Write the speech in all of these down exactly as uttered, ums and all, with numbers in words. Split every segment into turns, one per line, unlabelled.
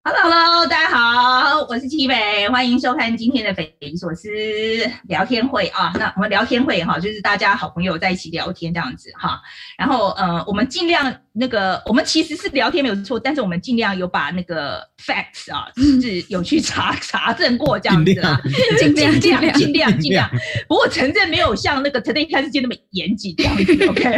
Hello Hello， 大家好，我是七北，欢迎收看今天的匪夷所思聊天会啊。那我们聊天会哈，就是大家好朋友在一起聊天这样子哈。然后呃，我们尽量那个，我们其实是聊天没有错，但是我们尽量有把那个 facts 啊，是有去查查证过这样子啊，尽量尽量尽量尽量。不过承认没有像那个 Today 开世界那么严谨这样子 ，OK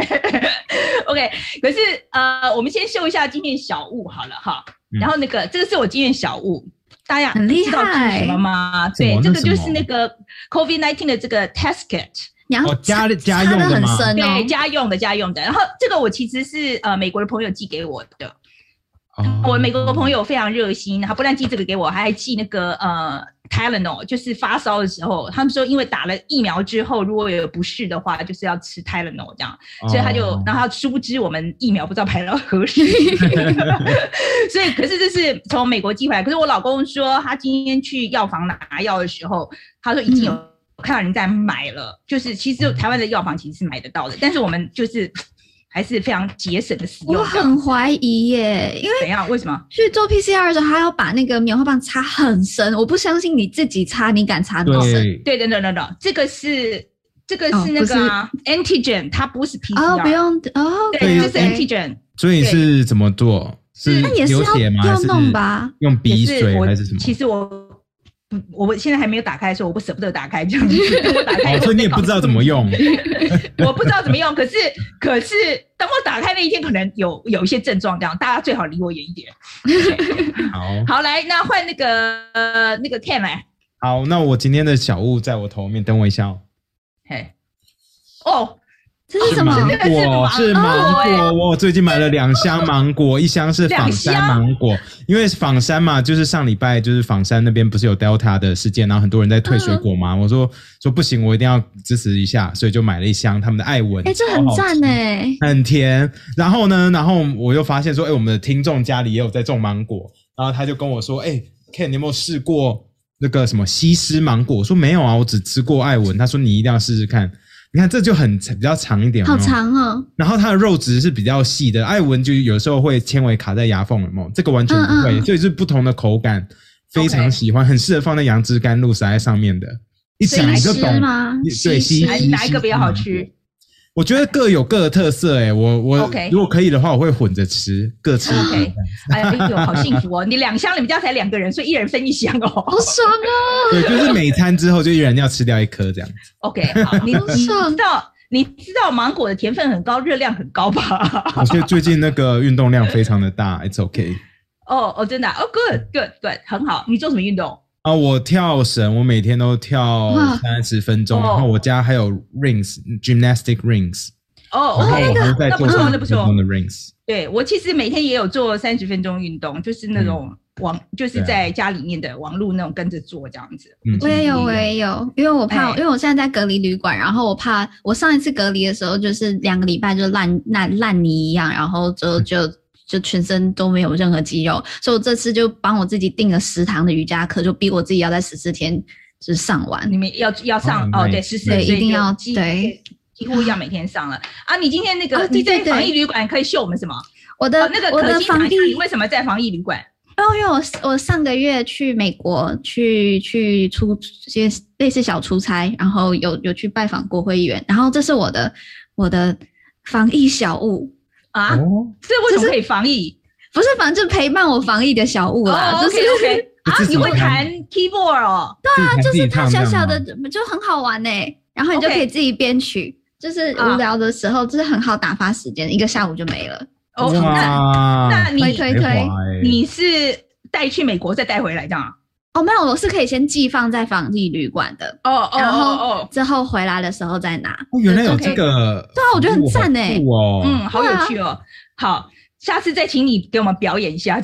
OK。可是呃，我们先秀一下今天小物好了哈。然后那个，这个是我今天小物，大家知道这是什么吗？对，这个就是那个 COVID 十九 的这个 test kit，
然后、
哦、家家用的吗？
很深哦、
对，家用的家用的。然后这个我其实是呃美国的朋友寄给我的，哦、我美国的朋友非常热心，他不但寄这个给我，还还寄那个呃 Tylenol， 就是发烧的时候，他们说因为打了疫苗之后，如果有不适的话，就是要吃 Tylenol 这样，所以他就，哦、然后他殊不知我们疫苗不知道排到何时，所以可是这是从美国寄回来。可是我老公说，他今天去药房拿药的时候，他说已经有看到人在买了，嗯、就是其实台湾的药房其实是买得到的，但是我们就是还是非常节省的使用。
我很怀疑耶，因为
怎样？为什么
去做 P C R 的时候，他要把那个棉花棒插很深，我不相信你自己插，你敢插那么深？
对对对对对，这个是这个是那个、啊哦、antigen， 它不是 P C R。哦，
不用哦，
对，这是 antigen。
所以是怎么做？是流血吗？
要弄吧？
用鼻水还是什么？
其实我。我现在还没有打开的时候，我不舍不得打开这样子。我打开，
哦，所以你也不知道怎么用。
我不知道怎么用，可是可是当我打开那一天，可能有有一些症状，这样大家最好离我远一点。
好，
好，来，那换那个呃那个 Ken 来。
好，那我今天的小物在我头面，等我一下哦。
嘿，哦。
这是什么？
芒果，是芒果、哦、我最近买了两箱芒果，一箱是仿山芒果，因为仿山嘛，就是上礼拜就是仿山那边不是有 Delta 的事件，然后很多人在退水果嘛，嗯、我说说不行，我一定要支持一下，所以就买了一箱他们的爱文。
哎、欸，这很赞哎，
很甜。然后呢，然后我又发现说，哎、欸，我们的听众家里也有在种芒果，然后他就跟我说，哎、欸、，Ken， 你有没有试过那个什么西施芒果？我说没有啊，我只吃过爱文。他说你一定要试试看。你看这就很比较长一点，
好长哦。
然后它的肉质是比较细的，爱文就有时候会纤维卡在牙缝，有没有？这个完全不会，嗯嗯，所以是不同的口感，非常喜欢， okay. 很适合放在杨枝甘露撒在上面的。一讲你就懂
吗？
对，西
施哪一个比较好吃？
我觉得各有各的特色诶、欸，我我、
okay.
如果可以的话，我会混着吃，各吃。
OK， 哎呦，好幸福哦！你两箱，你们家才两个人，所以一人分一箱哦，
好爽哦！
对，就是每餐之后就一人要吃掉一颗这样子。
OK， 好，你你知道你知道芒果的甜分很高，热量很高吧？
我觉得最近那个运动量非常的大 ，It's OK。
哦哦，真的，哦 ，Good Good Good， 很好。你做什么运动？
啊，我跳绳，我每天都跳三十分钟，然后我家还有 rings gymnastic rings。
哦，哦，那个那不错，那不错。
的 rings。对，
我其实每天也有做三十分钟运动，就是那种网，嗯、就是在家里面的网络那种跟着做这样子。
嗯、我也有，我也有，因为我怕，因为我现在在隔离旅馆，然后我怕我上一次隔离的时候就是两个礼拜就烂烂烂泥一样，然后就就。嗯就全身都没有任何肌肉，所以我这次就帮我自己订了十堂的瑜伽课，就逼我自己要在十四天就是上完。
你们要要上、哦、哦，对，十四
对，一定要对，
几乎要每天上了啊！你今天那个、哦、对对对，你在防疫旅馆可以秀我们什么？
我的、
哦、那个可心防疫，你为什么在防疫旅馆？
哦，因为我我上个月去美国去去出些类似小出差，然后有有去拜访国会议员，然后这是我的我的防疫小物。
啊，哦、这为什么可以防疫？
不是防，就陪伴我防疫的小物啦。
哦、
就是
OK OK 啊，你会弹 keyboard 哦？
对啊，就是它小小的，就很好玩呢、欸。然后你就可以自己编曲， okay. 就是无聊的时候，就是很好打发时间，一个下午就没了。
哦，那那你
推推推，
你是带去美国再带回来这样？
哦，没有，我是可以先寄放在防疫旅馆的，
哦哦，
然后之后回来的时候再拿。
哦，原来有这个，
对啊，我觉得很赞哎、
欸，哦，
嗯，好有趣哦。好，下次再请你给我们表演一下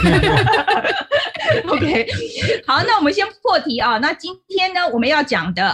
这样。OK， 好，那我们先破题啊。那今天呢，我们要讲的啊，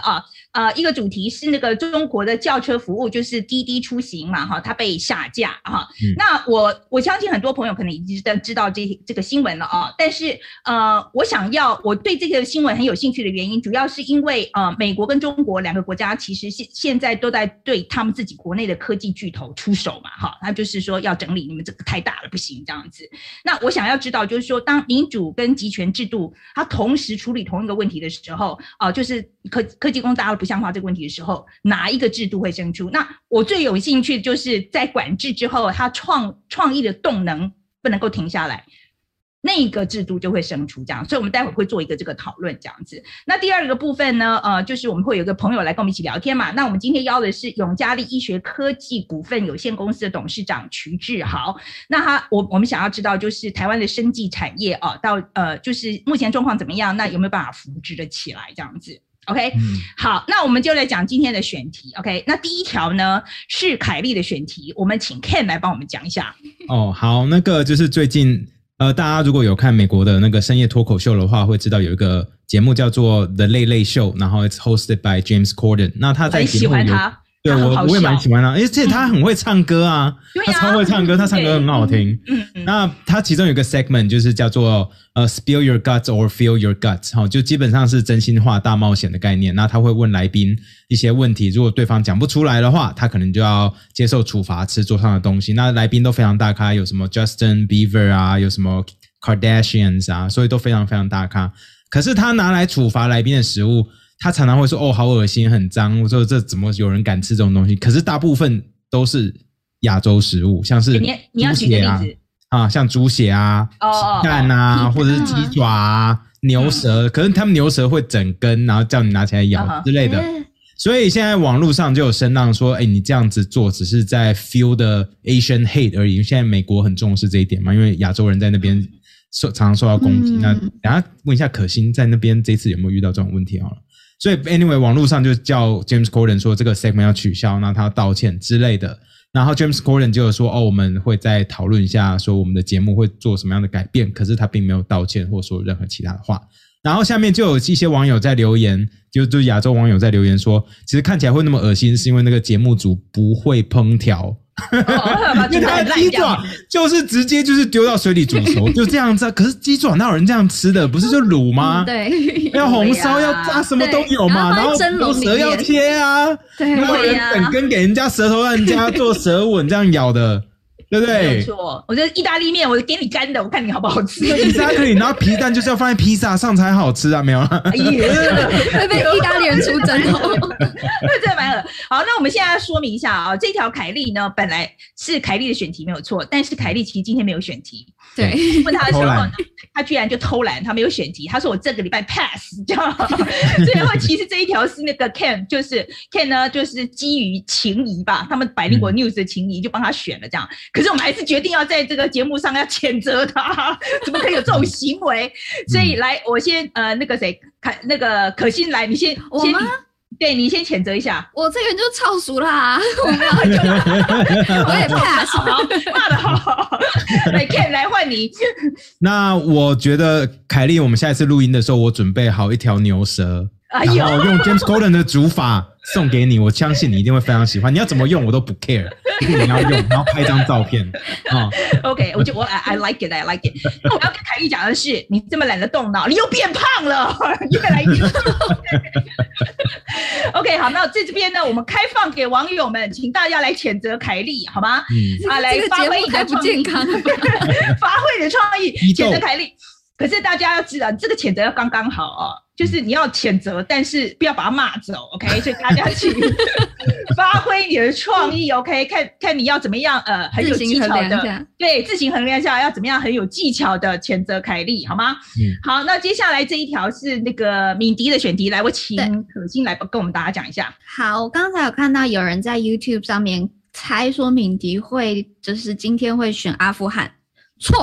呃一个主题是那个中国的轿车服务，就是滴滴出行嘛哈，它被下架哈。嗯、那我我相信很多朋友可能已经知道这这个新闻了啊，但是呃我想要我对这个新闻很有兴趣的原因，主要是因为呃美国跟中国两个国家其实现现在都在对他们自己国内的科技巨头出手嘛哈，他就是说要整理你们这个太大了不行这样子。那我想要知道就是说，当民主跟集权制度它同时处理同一个问题的时候，哦、呃，就是科科技公司大家不像话这个问题的时候，哪一个制度会胜出？那我最有兴趣就是在管制之后，它创创意的动能不能够停下来，那个制度就会胜出这样。所以我们待会会做一个这个讨论这样子。那第二个部分呢，呃，就是我们会有一个朋友来跟我们一起聊天嘛。那我们今天邀的是永嘉力医学科技股份有限公司的董事长瞿志豪。那他我我们想要知道就是台湾的生技产业啊，到呃就是目前状况怎么样？那有没有办法扶植的起来这样子？ OK，、嗯、好，那我们就来讲今天的选题。OK， 那第一条呢是凯莉的选题，我们请 Ken 来帮我们讲一下。
哦，好，那个就是最近呃，大家如果有看美国的那个深夜脱口秀的话，会知道有一个节目叫做 The Late Late Show， 然后 it's hosted by James Corden。那他在节目有，对我我也蛮喜欢他，而且他很会唱歌啊，嗯、他超会唱歌，他唱歌很好听。嗯嗯。那他其中有一个 segment 就是叫做呃 Spill Your Guts or Feel Your Guts， 哈，就基本上是真心话大冒险的概念。那他会问来宾一些问题，如果对方讲不出来的话，他可能就要接受处罚，吃桌上的东西。那来宾都非常大咖，有什么 Justin Bieber 啊，有什么 Kardashians 啊，所以都非常非常大咖。可是他拿来处罚来宾的食物，他常常会说哦好恶心很脏，我说这怎么有人敢吃这种东西？可是大部分都是亚洲食物，像是
你你要举个例子
啊，像猪血啊、鸡蛋啊，或者是鸡爪啊、牛舌，可是他们牛舌会整根，然后叫你拿起来咬之类的。所以现在网络上就有声浪说，哎，你这样子做只是在 feel the Asian hate 而已。现在美国很重视这一点嘛，因为亚洲人在那边受常常受到攻击。嗯、那等一下问一下可心，在那边这次有没有遇到这种问题好了？所以 anyway 网络上就叫 James Corden 说这个 segment 要取消，那他要道歉之类的。然后 James Corden 就有说哦我们会再讨论一下说我们的节目会做什么样的改变，可是他并没有道歉或说任何其他的话。然后下面就有一些网友在留言，就就亚洲网友在留言说其实看起来会那么恶心是因为那个节目组不会烹调。哦、因为他的鸡爪就是直接就是丢到水里煮熟就这样子、啊、可是鸡爪哪有人这样吃的？不是就卤吗？嗯、对，要红烧要炸什么都有嘛，然后牛舌要切啊，对，没有人整根给人家舌头让人家做舌吻这样咬的，对不对？
没错，我觉得意大利面我给你干的，我看你好不好吃。
Exactly， 然后皮蛋就是要放在披萨上才好吃啊，没有啊？哎
呀，会被意大利人出征哦。
真的蛮恶。好，那我们现在说明一下啊、哦，这条凯莉呢，本来是凯莉的选题没有错，但是凯莉其实今天没有选题。
对，
问他的时候呢，他居然就偷懒，他没有选题。他说我这个礼拜 pass， 这样。所以的话，其实这一条是那个 Ken， 就是 Ken 呢，就是基于情谊吧，他们百灵果 News 的情谊就帮他选了这样。可是我们还是决定要在这个节目上要谴责他，怎么可以有这种行为？所以来，我先呃那个谁，那个可心来，你先
我吗？
对，你先谴责一下。
我这个人就超熟啦，我没有很久我也 pass，
骂得好。来 Ken 来换你。
那我觉得凯莉，我们下一次录音的时候，我准备好一条牛舌，哎、然后用 James Corden 的煮法送给你，我相信你一定会非常喜欢。你要怎么用我都不 care， 一定你要用，然后拍一张照片。哦、
OK， 我就我 I, I like it, I like it。那我要跟凯莉讲的是，你这么懒得动脑，你又变胖了，越来越。OK， 好，那这边呢，我们开放给网友们，请大家来谴责凯莉，好吗？
嗯，啊，来发挥你的不健康，
发挥你的创意，谴责凯莉。可是大家要知道，这个谴责要刚刚好哦，就是你要谴责，但是不要把他骂走 ，OK？ 所以大家请发挥你的创意 ，OK？ 看看你要怎么样，呃，很有技巧的，对，自行衡量一下要怎么样很有技巧的谴责凯莉，好吗？嗯，好，那接下来这一条是那个敏迪的选题，来，我请可心来跟我们大家讲一下。
好，我刚才有看到有人在 YouTube 上面猜说敏迪会就是今天会选阿富汗，错。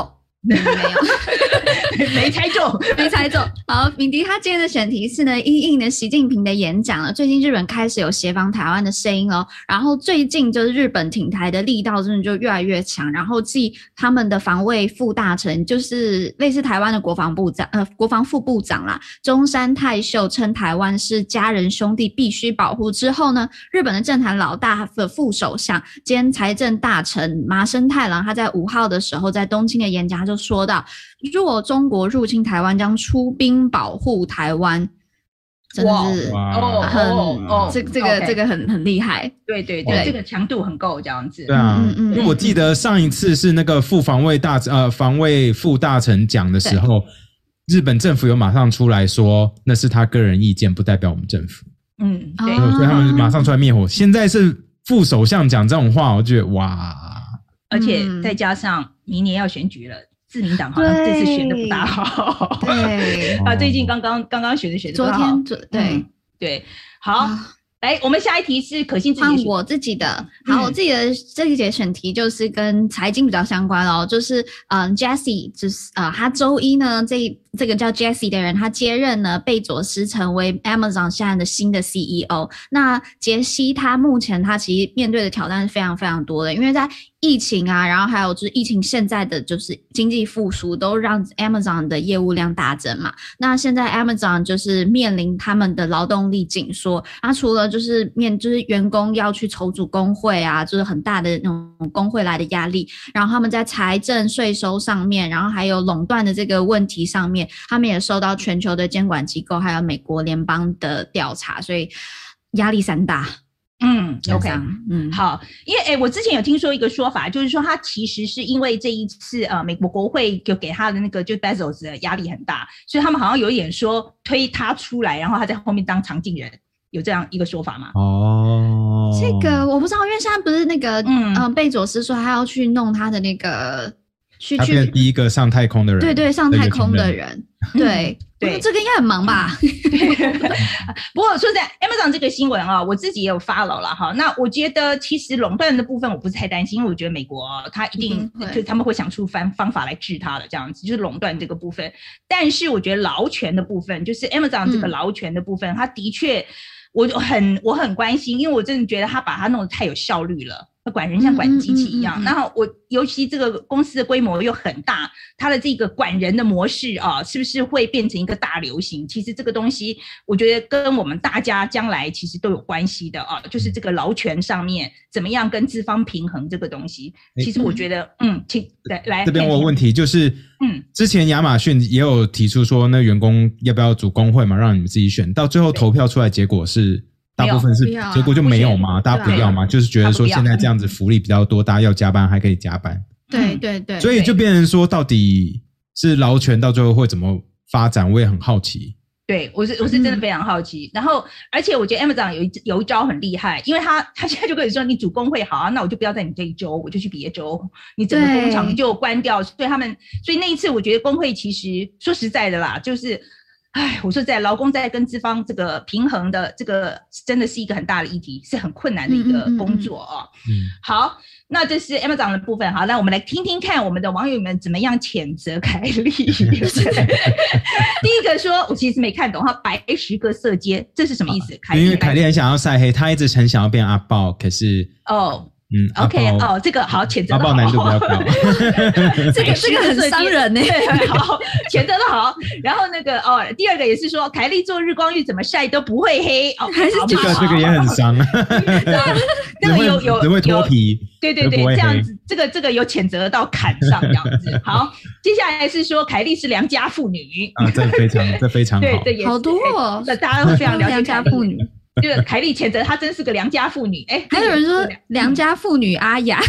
没有，
没猜中，
没猜中。好，敏迪他今天的选题是呢，因应的习近平的演讲了。最近日本开始有协防台湾的声音了，然后最近就是日本挺台的力道真的就越来越强。然后继他们的防卫副大臣，就是类似台湾的国防部长，呃，国防副部长啦，中山泰秀称台湾是家人兄弟，必须保护之后呢，日本的政坛老大的副首相兼财政大臣麻生太郎，他在五号的时候在东京的演讲就说到，若中国入侵台湾将出兵保护台湾，真的是很哦，这这个这个很很厉害，
对对对，这个强度很够这样子。
对啊，因为我记得上一次是那个副防卫大呃防卫副大臣讲的时候，日本政府有马上出来说那是他个人意见，不代表我们政府。
嗯，对，
所以他们马上出来灭火。现在是副首相讲这种话，我觉得哇。
而且再加上明年要选举了，自民党好像这次选的不大好。
对，
啊，最近刚刚刚刚选的选的不大好。
昨天对、嗯、
对，好。来，我们下一题是可心自己
换我自己的。好，嗯、我自己的这一节选题就是跟财经比较相关哦，就是嗯 ，Jessie 就是呃，他周一呢，这这个叫 Jessie 的人，他接任了贝佐斯成为 Amazon 现在的新的 C E O。那杰西他目前他其实面对的挑战是非常非常多的，因为在疫情啊，然后还有就是疫情现在的就是经济复苏，都让 Amazon 的业务量大增嘛。那现在 Amazon 就是面临他们的劳动力紧缩，他除了就是面就是员工要去筹组工会啊，就是很大的那种工会来的压力，然后他们在财政税收上面，然后还有垄断的这个问题上面，他们也受到全球的监管机构还有美国联邦的调查，所以压力山大。
嗯 ，OK， 嗯，好，因为诶，我之前有听说一个说法，就是说他其实是因为这一次呃，美国国会就给他的那个就 Bezos 的压力很大，所以他们好像有一点说推他出来，然后他在后面当常进人，有这样一个说法吗？
哦，
这个我不知道，因为现在不是那个嗯、呃，贝佐斯说他要去弄他的那个去
他变第一个上太空的人，
对对，上太空的人，对。对，这个应该很忙吧？
不过说实在 ，Amazon 这个新闻啊，我自己也有 follow 了哈。那我觉得其实垄断的部分我不是太担心，因为我觉得美国它一定就他们会想出方方法来治它的这样子，就是垄断这个部分。但是我觉得劳权的部分，就是 Amazon 这个劳权的部分，它、嗯、的确我很我很关心，因为我真的觉得他把它弄得太有效率了。管人像管机器一样，嗯嗯嗯嗯、然后我尤其这个公司的规模又很大，它的这个管人的模式啊，是不是会变成一个大流行？其实这个东西，我觉得跟我们大家将来其实都有关系的啊，就是这个劳权上面怎么样跟资方平衡这个东西。其实我觉得，嗯，请来来
这边我有问题，就是，嗯，之前亚马逊也有提出说，那员工要不要组工会嘛，让你们自己选，到最后投票出来结果是。大部分是结果就没有嘛，大家不要嘛，就是觉得说现在这样子福利比较多，大家要加班还可以加班。
对对对，
所以就变成说，到底是劳权到最后会怎么发展，我也很好奇。
对，我是我是真的非常好奇。嗯、然后，而且我觉得 Amazon 有一有一招很厉害，因为他他现在就跟你说，你组工会好啊，那我就不要在你这一周，我就去别州，你整个工厂就关掉。所以他们，所以那一次我觉得工会其实说实在的啦，就是。哎，我说在劳工在跟资方这个平衡的这个真的是一个很大的议题，是很困难的一个工作哦。嗯，好，那这是 Amazon 的部分。好，那我们来听听看我们的网友们怎么样谴责凯莉。第一个说，我其实没看懂，他白十个色阶，这是什么意思？
啊、因为凯莉很想要晒黑，他一直很想要变阿豹，可是
哦。
嗯
，OK， 哦，这个好，谴责的好，
阿豹难度比较高，
这个这个很伤人呢、
欸。好，谴责的好。然后那个哦，第二个也是说，凯莉做日光浴怎么晒都不会黑哦，
还是
这个这个也很伤，
那个有有
只会脱皮，
对对对，这样子，这个这个有谴责到坎上这样子。好，接下来是说凯莉是良家妇女
啊，这非常这非常好，
对，这也
好多哦，
那大家都非常了解
良家妇女。
就是凯莉谴责她真是个良家妇女，哎、欸，
还有人说良家妇女阿雅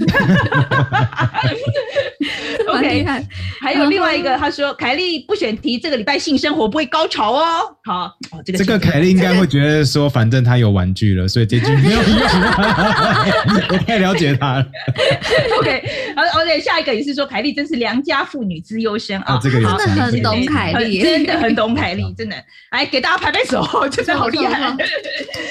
，OK， 还有另外一个他说凯莉不选题，这个礼拜性生活不会高潮哦。好，哦、这个
这个凯莉应该会觉得说，反正她有玩具了，所以这句没有用。我太了解她了。
OK， 然后 OK， 下一个也是说凯莉真是良家妇女资优生啊，
哦、这个
真的很懂凯莉，
真的很懂凯莉，真的，来给大家拍拍手，真的好厉害。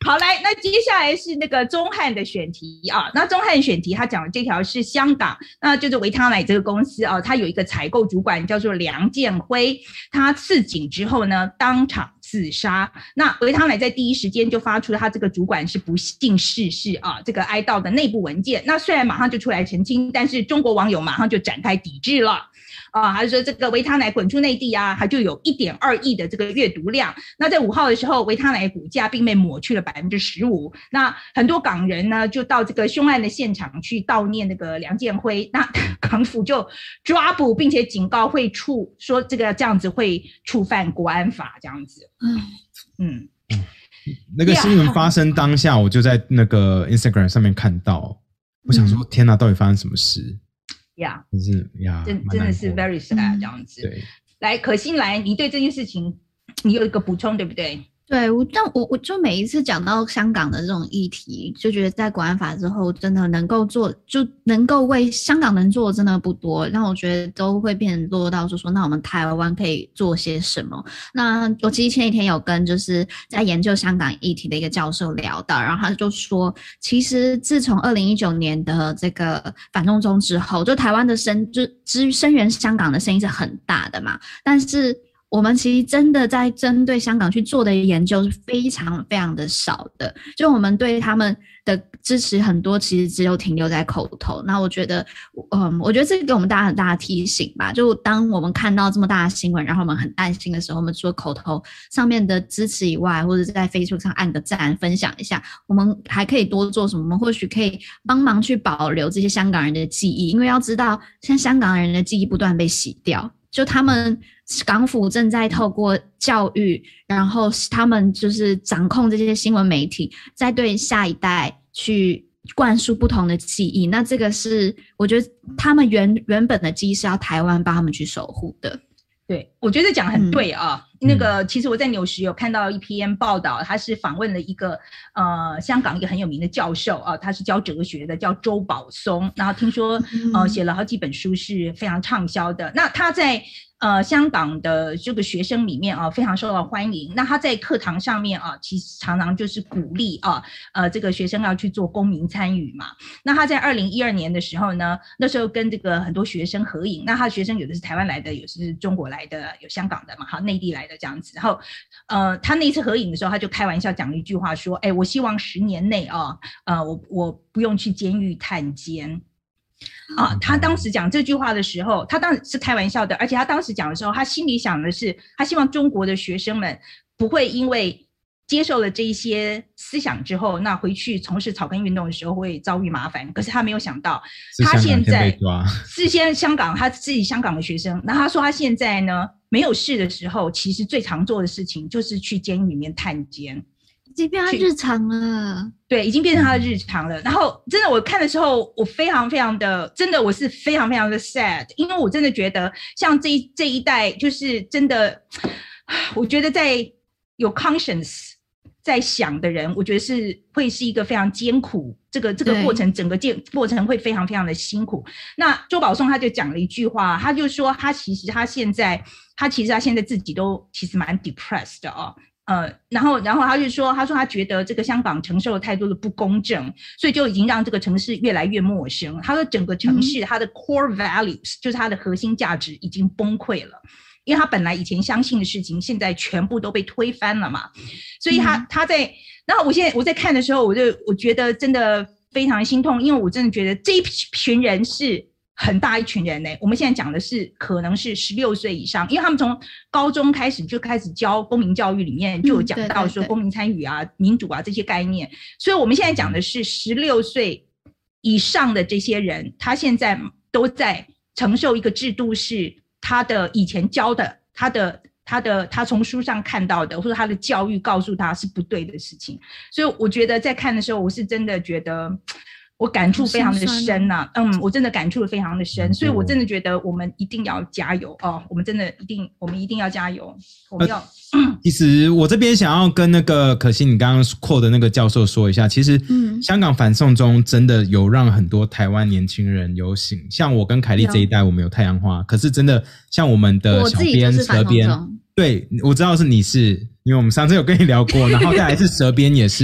好，来，那接下来是那个中汉的选题啊。那中汉选题他讲的这条是香港，那就是维他奶这个公司啊，它有一个采购主管叫做梁建辉，他刺警之后呢，当场自杀。那维他奶在第一时间就发出了他这个主管是不幸逝世啊这个哀悼的内部文件。那虽然马上就出来澄清，但是中国网友马上就展开抵制了。啊，还是说这个维他奶滚出内地啊，它就有一点二亿的这个阅读量。那在五号的时候，维他奶股价并被抹去了百分之十五。那很多港人呢，就到这个凶案的现场去悼念那个梁建辉。那港府就抓捕，并且警告会触说这个这样子会触犯国安法这样子。嗯嗯，
那个新闻发生当下，我就在那个 Instagram 上面看到，我想说，天哪，到底发生什么事？
呀、
yeah, 就是呀，
真真的是 very sad 这样子。对，来，可心来，你对这件事情你有一个补充，对不对？
对，我但我我就每一次讲到香港的这种议题，就觉得在国安法之后，真的能够做，就能够为香港能做的真的不多，让我觉得都会变成落到就说，那我们台湾可以做些什么？那我其实前几天有跟就是在研究香港议题的一个教授聊到，然后他就说，其实自从二零一九年的这个反送中之后，就台湾的声就支声援香港的声音是很大的嘛，但是我们其实真的在针对香港去做的研究是非常非常的少的，就我们对他们的支持很多其实只有停留在口头。那我觉得嗯，我觉得这给我们大家很大的提醒吧，就当我们看到这么大的新闻，然后我们很担心的时候，我们除了口头上面的支持以外，或者在 Facebook 上按个赞分享一下，我们还可以多做什么？我们或许可以帮忙去保留这些香港人的记忆，因为要知道现在香港人的记忆不断被洗掉，就他们港府正在透过教育，然后他们就是掌控这些新闻媒体，在对下一代去灌输不同的记忆。那这个是我觉得他们原原本的记忆是要台湾帮他们去守护的。
对，我觉得讲得很对啊。嗯、那个其实我在纽时有看到一篇报道，他是访问了一个呃香港一个很有名的教授啊，他是教哲学的，叫周保松。然后听说呃写了好几本书是非常畅销的。那他在呃香港的这个学生里面啊非常受到欢迎。那他在课堂上面啊其实常常就是鼓励啊呃这个学生要去做公民参与嘛。那他在二零一二年的时候呢，那时候跟这个很多学生合影，那他的学生有的是台湾来的，有的是中国来的，有香港的嘛，好内地来的这样子。然后呃他那次合影的时候，他就开玩笑讲了一句话说，哎，我希望十年内啊呃我我不用去监狱探监。啊，他当时讲这句话的时候，他当时是开玩笑的，而且他当时讲的时候，他心里想的是，他希望中国的学生们不会因为接受了这一些思想之后，那回去从事草根运动的时候会遭遇麻烦。可是他没有想到，他现在是先香港，他自己香港的学生，那他说他现在呢没有事的时候，其实最常做的事情就是去监狱里面探监。
已经变成他日常了，
对，已经变成他的日常了。然后真的我看的时候，我非常非常的，真的我是非常非常的 sad， 因为我真的觉得像这一这一代，就是真的，我觉得在有 conscience 在想的人，我觉得是会是一个非常艰苦，这个这个过程整个过程会非常非常的辛苦。那周保松他就讲了一句话，他就说他其实他现在他其实他现在自己都其实蛮 depressed 的哦。呃，然后，然后他就说，他说他觉得这个香港承受了太多的不公正，所以就已经让这个城市越来越陌生。他说整个城市、嗯、它的 core values 就是它的核心价值已经崩溃了，因为他本来以前相信的事情，现在全部都被推翻了嘛。所以他、嗯、他在，然后我现在我在看的时候，我就我觉得真的非常心痛，因为我真的觉得这一群人是很大一群人呢、欸，我们现在讲的是可能是十六岁以上，因为他们从高中开始就开始教公民教育，里面就有讲到说公民参与啊、嗯、民主啊这些概念，所以我们现在讲的是十六岁以上的这些人，他现在都在承受一个制度，是他的以前教的，他的他的他从书上看到的，或者他的教育告诉他是不对的事情，所以我觉得在看的时候，我是真的觉得。我感触非常的深呐、啊，嗯，我真的感触的非常的深，所以我真的觉得我们一定要加油哦，我们真的一定，我们一定要加油，我们要。呃、
其实我这边想要跟那个可惜你刚刚 quote 的那个教授说一下，其实香港反送中真的有让很多台湾年轻人有醒，像我跟凯莉这一代，我们有太阳花，可是真的像我们的小编、蛇编，对，我知道是你是，因为我们上次有跟你聊过，然后再来是蛇编也是。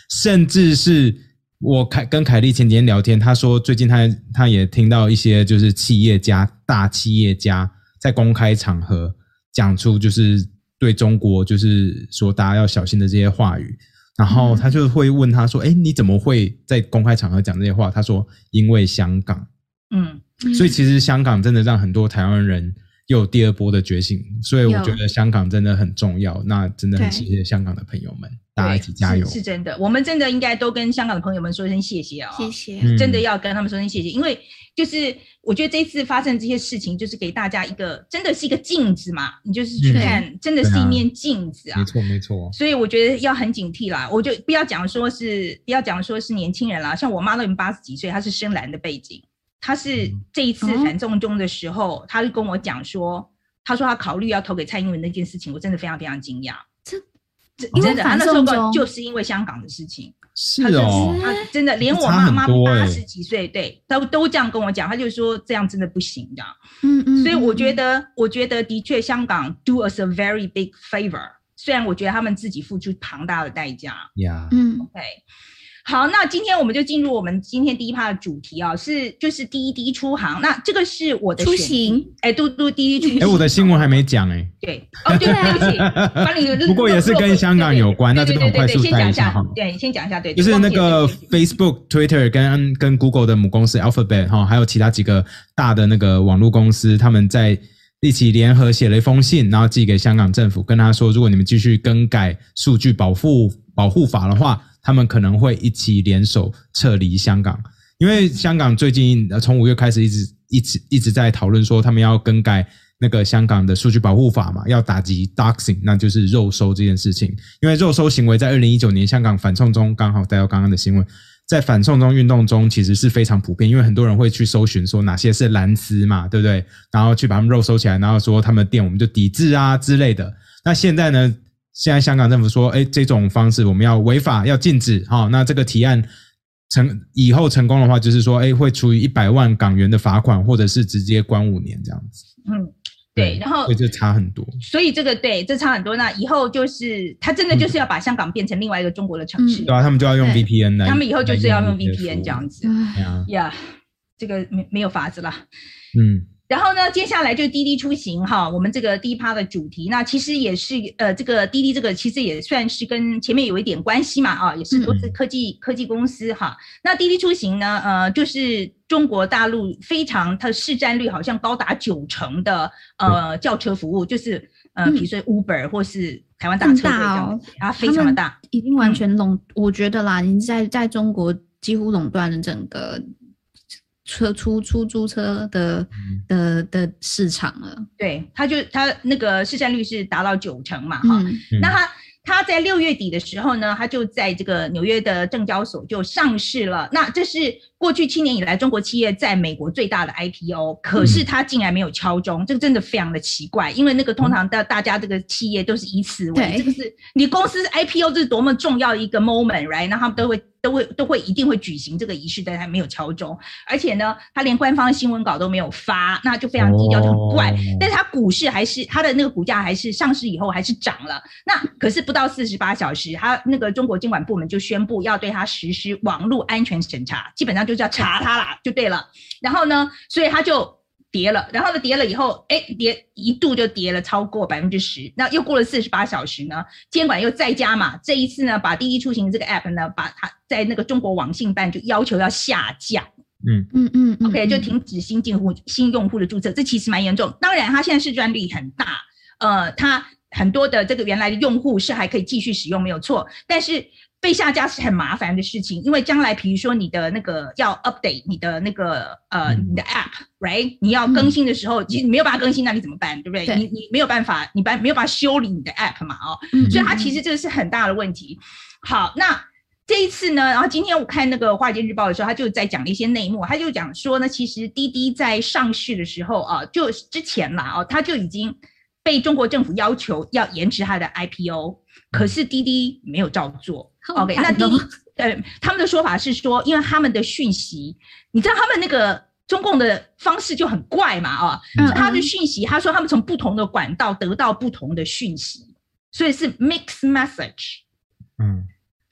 甚至是我凯跟凯莉前几天聊天，他说最近他他也听到一些就是企业家大企业家在公开场合讲出就是对中国就是说大家要小心的这些话语，然后他就会问他说诶你怎么会在公开场合讲这些话，他说因为香港。嗯，所以其实香港真的让很多台湾人又有第二波的觉醒，所以我觉得香港真的很重要，那真的很谢谢香港的朋友们，大家一起加油。
是, 是真的，我们真的应该都跟香港的朋友们说声谢谢哦，
谢谢、
嗯、真的要跟他们说声谢谢，因为就是我觉得这一次发生这些事情就是给大家一个真的是一个镜子嘛，你就是去看、嗯、真的是一面镜子啊，
没错没错，
所以我觉得要很警惕啦，我就不要讲说是不要讲说是年轻人啦，像我妈都已经八十几岁，她是深蓝的背景，他是这一次反送中的时候、嗯、他就跟我讲说，他说他考虑要投给蔡英文那件事情，我真的非常非常惊讶。这这真的，他那时候就是因为香港的事情，
是哦，
他真的连我妈妈八十几岁，对，都都这样跟我讲，他就说这样真的不行的。嗯嗯，所以我觉得，我觉得的确香港 do us a very big favor， 虽然我觉得他们自己付出庞大的代价。
呀，
嗯 ，OK。好，那今天我们就进入我们今天第一 part 的主题啊，是就是滴滴出航。那这个是我的
出行，
哎，嘟嘟滴滴出行。
哎，我的新闻还没讲哎。
对，哦，对，对不起，帮你。
不过也是跟香港有关，那这边很快速带一下哈。
对，先讲一下，对，
就是那个 Facebook、Twitter 跟跟 Google 的母公司 Alphabet 哈，还有其他几个大的那个网络公司，他们在一起联合写了一封信，然后寄给香港政府，跟他说，如果你们继续更改数据保护保护法的话，他们可能会一起联手撤离香港。因为香港最近从五月开始一直一直一直在讨论说，他们要更改那个香港的数据保护法嘛，要打击 doxing， 那就是肉收这件事情。因为肉收行为在二零一九年香港反送中，刚好带到刚刚的新闻，在反送中运动中其实是非常普遍，因为很多人会去搜寻说哪些是蓝丝嘛，对不对？然后去把他们肉收起来，然后说他们的店我们就抵制啊之类的。那现在呢，现在香港政府说，诶，这种方式我们要违法，要禁止。齁，那这个提案成以后成功的话，就是说，诶，会处以一百万港元的罚款，或者是直接关五年这样子。
嗯，对，然后
所以这差很多。
所以这个对，这差很多。那以后就是他真的就是要把香港变成另外一个中国的城市。
嗯、对啊，他们就要用 V P N 来，
他们以后就是要用 V P N 这样子。呀、
yeah.
这个没没有法子啦。
嗯。
然后呢，接下来就是滴滴出行哈，我们这个第一趴的主题，那其实也是呃，这个滴滴这个其实也算是跟前面有一点关系嘛啊，也是都是科技、嗯、科技公司哈。那滴滴出行呢，呃，就是中国大陆非常它的市占率好像高达九成的呃轿车服务，就是呃，比如说 Uber 或是台湾大车队这样子，它、哦、非常的大，
已经完全垄、嗯，我觉得啦，你在在中国几乎垄断了整个。车出出租车的的的市场了，
对，他就他那个市占率是达到九成嘛，哈、嗯，那他他在六月底的时候呢，他就在这个纽约的证交所就上市了。那这是过去七年以来中国企业在美国最大的 I P O， 可是他竟然没有敲钟，这个真的非常的奇怪，因为那个通常大大家这个企业都是以此为，这个是你公司 I P O 这是多么重要的一个 moment，right？ 那他们都会。都会都会一定会举行这个仪式，但他没有敲钟，而且呢，他连官方的新闻稿都没有发，那就非常低调，就很怪。但是他股市还是他的那个股价还是上市以后还是涨了。那可是不到四十八小时，他那个中国监管部门就宣布要对他实施网络安全审查，基本上就是要查他啦，就对了。然后呢，所以他就。跌了，然后呢，跌了以后，哎，跌一度就跌了超过百分之十。那又过了四十八小时呢，监管又再加码，这一次呢，把滴滴出行这个 app 呢，把它在那个中国网信办就要求要下架。
嗯
嗯嗯
，OK， 就停止新进户、新用户的注册，这其实蛮严重。当然，它现在市占率很大，呃，它很多的这个原来的用户是还可以继续使用，没有错，但是。被下架是很麻烦的事情，因为将来比如说你的那个要 update 你的那个呃你的 app，right？ 你要更新的时候，其实你没有办法更新，那你怎么办？对不对？对你你没有办法，你没有办法修理你的 app 嘛，哦，嗯、所以它其实这个是很大的问题。好，那这一次呢，然后今天我看那个《华尔街日报》的时候，他就在讲了一些内幕，他就讲说呢，其实滴滴在上市的时候啊，就之前啦，哦，他就已经被中国政府要求要延迟他的 I P O， 可是滴滴没有照做。OK， 那滴滴呃，他们的说法是说，因为他们的讯息，你知道他们那个中共的方式就很怪嘛，啊、哦，嗯、他的讯息，他说他们从不同的管道得到不同的讯息，所以是 mixed message。
嗯，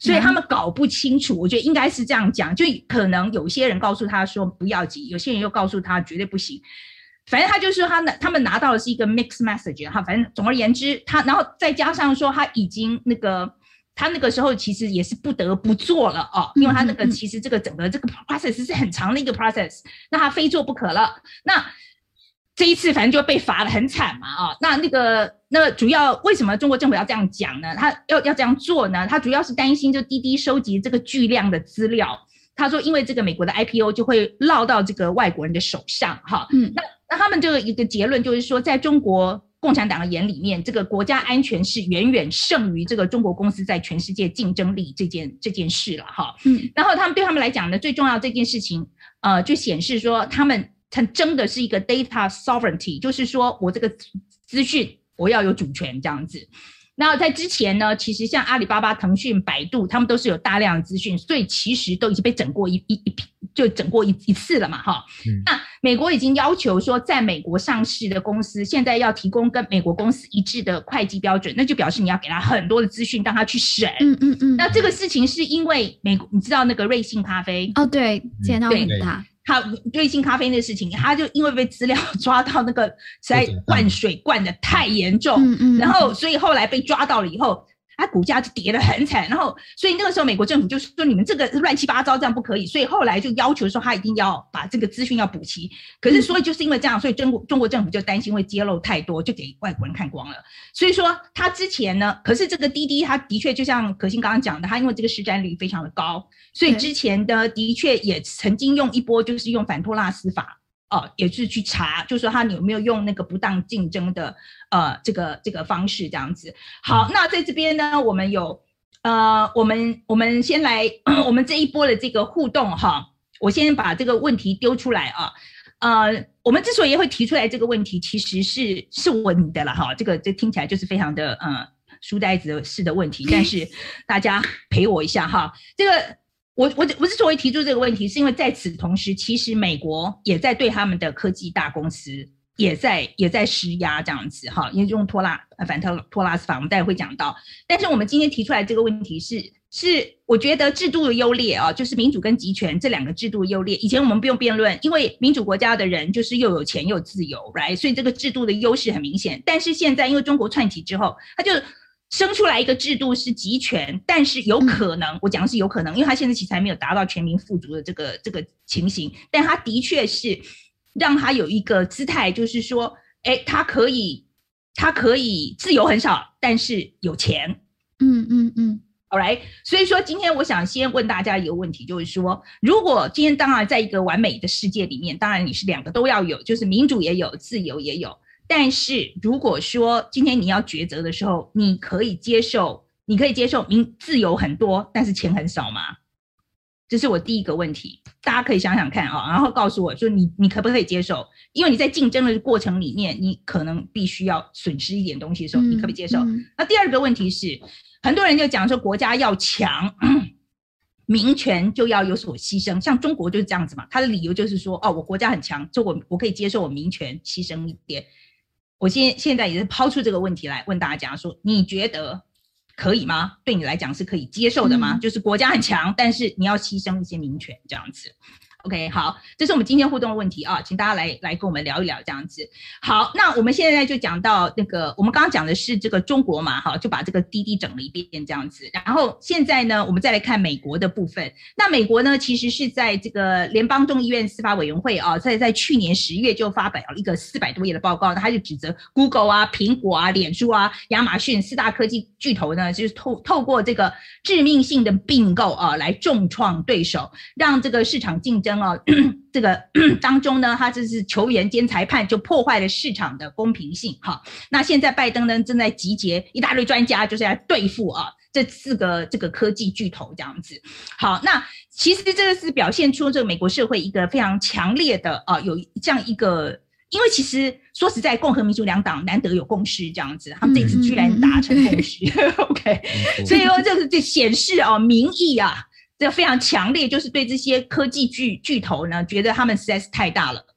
所以他们搞不清楚，我觉得应该是这样讲，就可能有些人告诉他说不要急，有些人又告诉他绝对不行。反正他就是说他他们拿到的是一个 mixed message 哈，反正总而言之，他然后再加上说他已经那个他那个时候其实也是不得不做了哦，因为他那个其实这个整个这个 process 是很长的一个 process， 那他非做不可了。那这一次反正就被罚得很惨嘛啊、哦，那那个那主要为什么中国政府要这样讲呢？他要要这样做呢？他主要是担心就滴滴收集这个巨量的资料，他说因为这个美国的 I P O 就会落到这个外国人的手上哈。嗯，那那他们这个一个结论就是说，在中国共产党的眼里面，这个国家安全是远远胜于这个中国公司在全世界竞争力这件这件事了哈。嗯，然后他们对他们来讲呢，最重要这件事情，呃，就显示说他们他争的是一个 data sovereignty， 就是说我这个资讯我要有主权这样子。那在之前呢，其实像阿里巴巴、腾讯、百度，他们都是有大量的资讯，所以其实都已经被整过一一一就整过一一次了嘛，哈、嗯。那美国已经要求说，在美国上市的公司现在要提供跟美国公司一致的会计标准，那就表示你要给他很多的资讯，让他去审。嗯嗯嗯。那这个事情是因为美国，你知道那个瑞幸咖啡
哦，对，见到很大。
他瑞幸咖啡那个事情，他就因为被资料抓到那个实在灌水灌得太严重，嗯嗯，然后所以后来被抓到了以后，他股价就跌得很惨，然后所以那个时候美国政府就说你们这个乱七八糟这样不可以，所以后来就要求说他一定要把这个资讯要补齐。可是所以就是因为这样，所以中国中国政府就担心会揭露太多，就给外国人看光了。所以说他之前呢，可是这个滴滴他的确就像可心刚刚讲的，他因为这个市占率非常的高，所以之前的的确也曾经用一波就是用反托拉斯法。哦，也是去查，就是说他有没有用那个不当竞争的呃这个这个方式这样子。好，那在这边呢，我们有呃我们我们先来我们这一波的这个互动哈，我先把这个问题丢出来啊。呃，我们之所以会提出来这个问题，其实是是问的了哈，这个这听起来就是非常的呃书呆子式的问题，但是大家陪我一下哈，这个。我我我之所以提出这个问题，是因为在此同时，其实美国也在对他们的科技大公司也在也在施压这样子哈，因为用托拉反托拉斯法，我们待会会讲到。但是我们今天提出来这个问题是是，我觉得制度的优劣啊，就是民主跟集权这两个制度的优劣。以前我们不用辩论，因为民主国家的人就是又有钱又有自由 ，right？ 所以这个制度的优势很明显。但是现在因为中国串起之后，它就生出来一个制度是集权，但是有可能，我讲的是有可能，因为他现在其实还没有达到全民富足的这个这个情形，但他的确是让他有一个姿态，就是说，哎，他可以，他可以自由很少，但是有钱，
嗯嗯嗯
，all right。所以说，今天我想先问大家一个问题，就是说，如果今天当然在一个完美的世界里面，当然你是两个都要有，就是民主也有，自由也有。但是如果说今天你要抉择的时候，你可以接受，你可以接受民自由很多，但是钱很少吗？这是我第一个问题，大家可以想想看啊，然后告诉我说你你可不可以接受？因为你在竞争的过程里面，你可能必须要损失一点东西的时候，你可不可以接受？嗯嗯、那第二个问题是，很多人就讲说国家要强，民权就要有所牺牲，像中国就是这样子嘛，他的理由就是说，哦，我国家很强，所以我我可以接受我民权牺牲一点。我现现在也是抛出这个问题来问大家说，你觉得可以吗？对你来讲是可以接受的吗？嗯、就是国家很强，但是你要牺牲一些民权这样子。OK， 好，这是我们今天互动的问题啊，请大家来来跟我们聊一聊这样子。好，那我们现在就讲到那个，我们刚刚讲的是这个中国嘛，哈，就把这个滴滴整了一遍这样子。然后现在呢，我们再来看美国的部分。那美国呢，其实是在这个联邦众议院司法委员会啊，在在去年十月就发表了一个四百多页的报告，他就指责 Google 啊、苹果啊、脸书啊、亚马逊四大科技巨头呢，就是透透过这个致命性的并购啊，来重创对手，让这个市场竞争。哦，这个当中呢，他这是球员兼裁判，就破坏了市场的公平性。哈，那现在拜登呢正在集结一大堆专家，就是要对付啊这四个这个科技巨头这样子。好，那其实这个是表现出这个美国社会一个非常强烈的啊，有这样一个，因为其实说实在，共和民主两党难得有共识这样子，他们这次居然达成共识。嗯、OK， 所以说这个就显示啊民意啊。这个非常强烈，就是对这些科技巨巨头呢，觉得他们实在是太大了，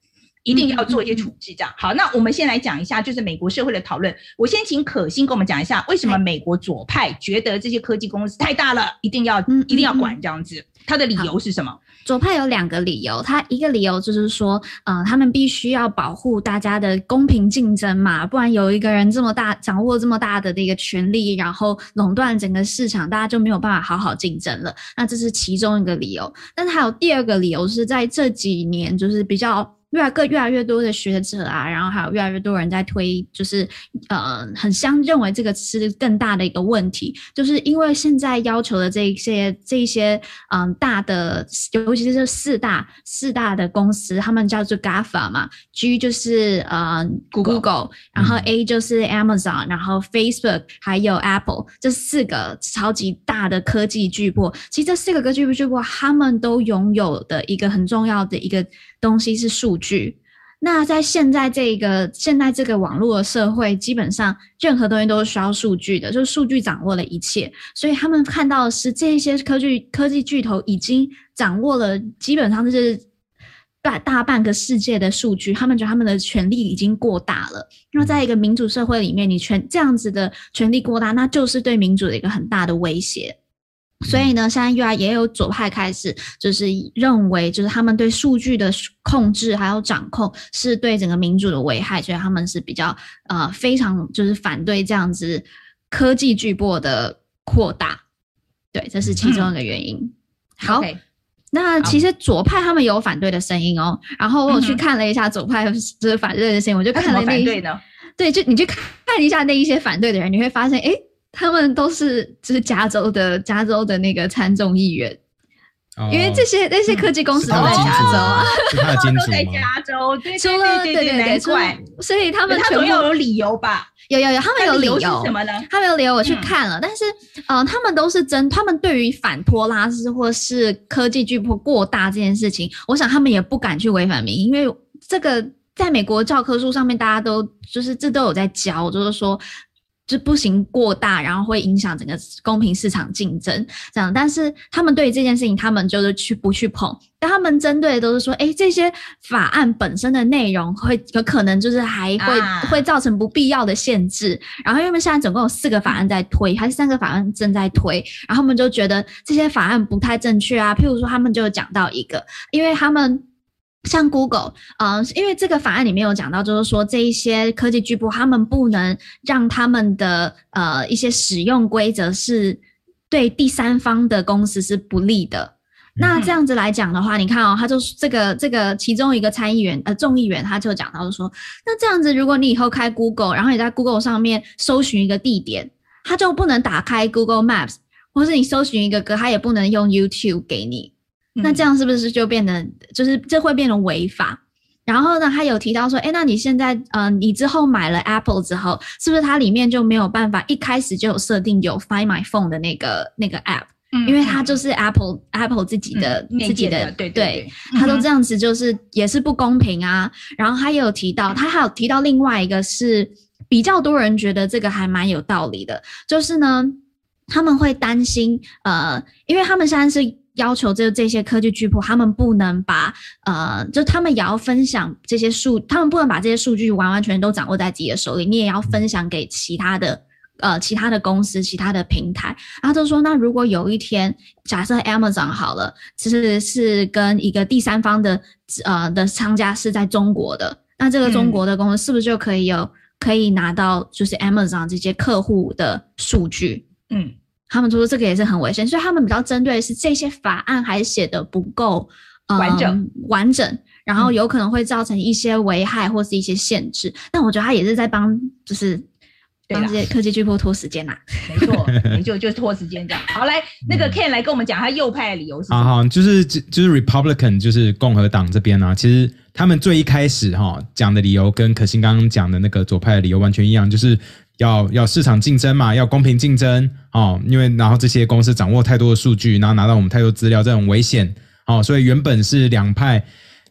一定要做一些处置这样。好，那我们先来讲一下就是美国社会的讨论。我先请可心跟我们讲一下，为什么美国左派觉得这些科技公司太大了，一定要一定要管这样子？他的理由是什么？
左派有两个理由，他一个理由就是说，呃，他们必须要保护大家的公平竞争嘛，不然有一个人这么大掌握这么大的一个权力，然后垄断整个市场，大家就没有办法好好竞争了。那这是其中一个理由，但是还有第二个理由是在这几年就是比较。越来越越来越多的学者啊，然后还有越来越多人在推，就是呃很相认为这个是更大的一个问题，就是因为现在要求的这一些这一些嗯、呃、大的，尤其是四大四大的公司，他们叫做 GAFA 嘛 ，G 就是呃 Google, Google 然后 A 就是 Amazon，、嗯、然后 Facebook 还有 Apple 这四个超级大的科技巨擘，其实这四个科技巨擘他们都拥有的一个很重要的一个东西是数据。那在现在这个现在这个网络的社会，基本上任何东西都是需要数据的，就是数据掌握了一切，所以他们看到的是这些科技科技巨头已经掌握了基本上就是大大半个世界的数据，他们觉得他们的权力已经过大了。那在一个民主社会里面，你权这样子的权力过大，那就是对民主的一个很大的威胁。所以呢，现在越来也有左派开始就是认为，就是他们对数据的控制还有掌控是对整个民主的危害，所以他们是比较呃非常就是反对这样子科技巨擘的扩大。对，这是其中一个原因。嗯、好。Okay.那其实左派他们有反对的声音哦，然后我有去看了一下左派就是反对的声音，我就看了那一些，对，就你去看一下那一些反对的人，你会发现，诶，他们都是就是加州的加州的那个参众议员。哦、因为这些那些科技公司都在加州啊，
是他的金主吗？
都在加州，对
对对对对，难怪，所以他们
全部有理由吧？
有有有，他们有理由
是什么呢？
他们有理由，我去看了，嗯、但是呃，他们都是真，他们对于反托拉斯或是科技巨擘过大这件事情，我想他们也不敢去违反民意，因为这个在美国教科书上面大家都就是这都有在教，就是说。就不行过大，然后会影响整个公平市场竞争这样，但是他们对于这件事情他们就是去不去碰，但他们针对的都是说，诶，这些法案本身的内容会有可能就是还会、啊、会造成不必要的限制，然后因为现在总共有四个法案在推，还是三个法案正在推，然后他们就觉得这些法案不太正确啊，譬如说他们就讲到一个，因为他们像 Google 呃，因为这个法案里面有讲到，就是说这一些科技巨擘他们不能让他们的呃一些使用规则是对第三方的公司是不利的。那这样子来讲的话，你看哦，他就这个这个其中一个参议员呃众议员他就讲到说，那这样子如果你以后开 Google， 然后你在 Google 上面搜寻一个地点，他就不能打开 Google Maps， 或是你搜寻一个歌，他也不能用 YouTube 给你。那这样是不是就变得就是这会变成违法？然后呢，他有提到说，诶，那你现在呃，你之后买了 Apple 之后，是不是它里面就没有办法一开始就有设定有 Find My Phone 的那个那个 App？嗯、因为它就是 Apple Apple 自己的、嗯、自己的，
对对对，
他都这样子，就是也是不公平啊。然后他也有提到，他还有提到另外一个是比较多人觉得这个还蛮有道理的，就是呢，他们会担心呃，因为他们现在是。要求这这些科技巨擘，他们不能把呃，就他们也要分享这些数，他们不能把这些数据完完全全都掌握在自己的手里，你也要分享给其他的呃其他的公司、其他的平台。然后就说，那如果有一天，假设 Amazon 好了，其实是跟一个第三方的呃的商家是在中国的，那这个中国的公司是不是就可以有、嗯、可以拿到就是 Amazon 这些客户的数据？嗯。他们说这个也是很危险，所以他们比较针对的是这些法案还写的不够、嗯、
完整
完整，然后有可能会造成一些危害或是一些限制。嗯、但我觉得他也是在帮，就是帮这些科技巨擘拖时间啦。
没错，没错，就是拖时间这样。好，来那个 Ken 来跟我们讲他右派的理由是什么？
好好，就是就是 Republican 就是共和党这边啊，其实他们最一开始哈讲的理由跟可心刚刚讲的那个左派的理由完全一样，就是。要要市场竞争嘛，要公平竞争哦，因为然后这些公司掌握太多的数据，然后拿到我们太多资料，这很危险哦，所以原本是两派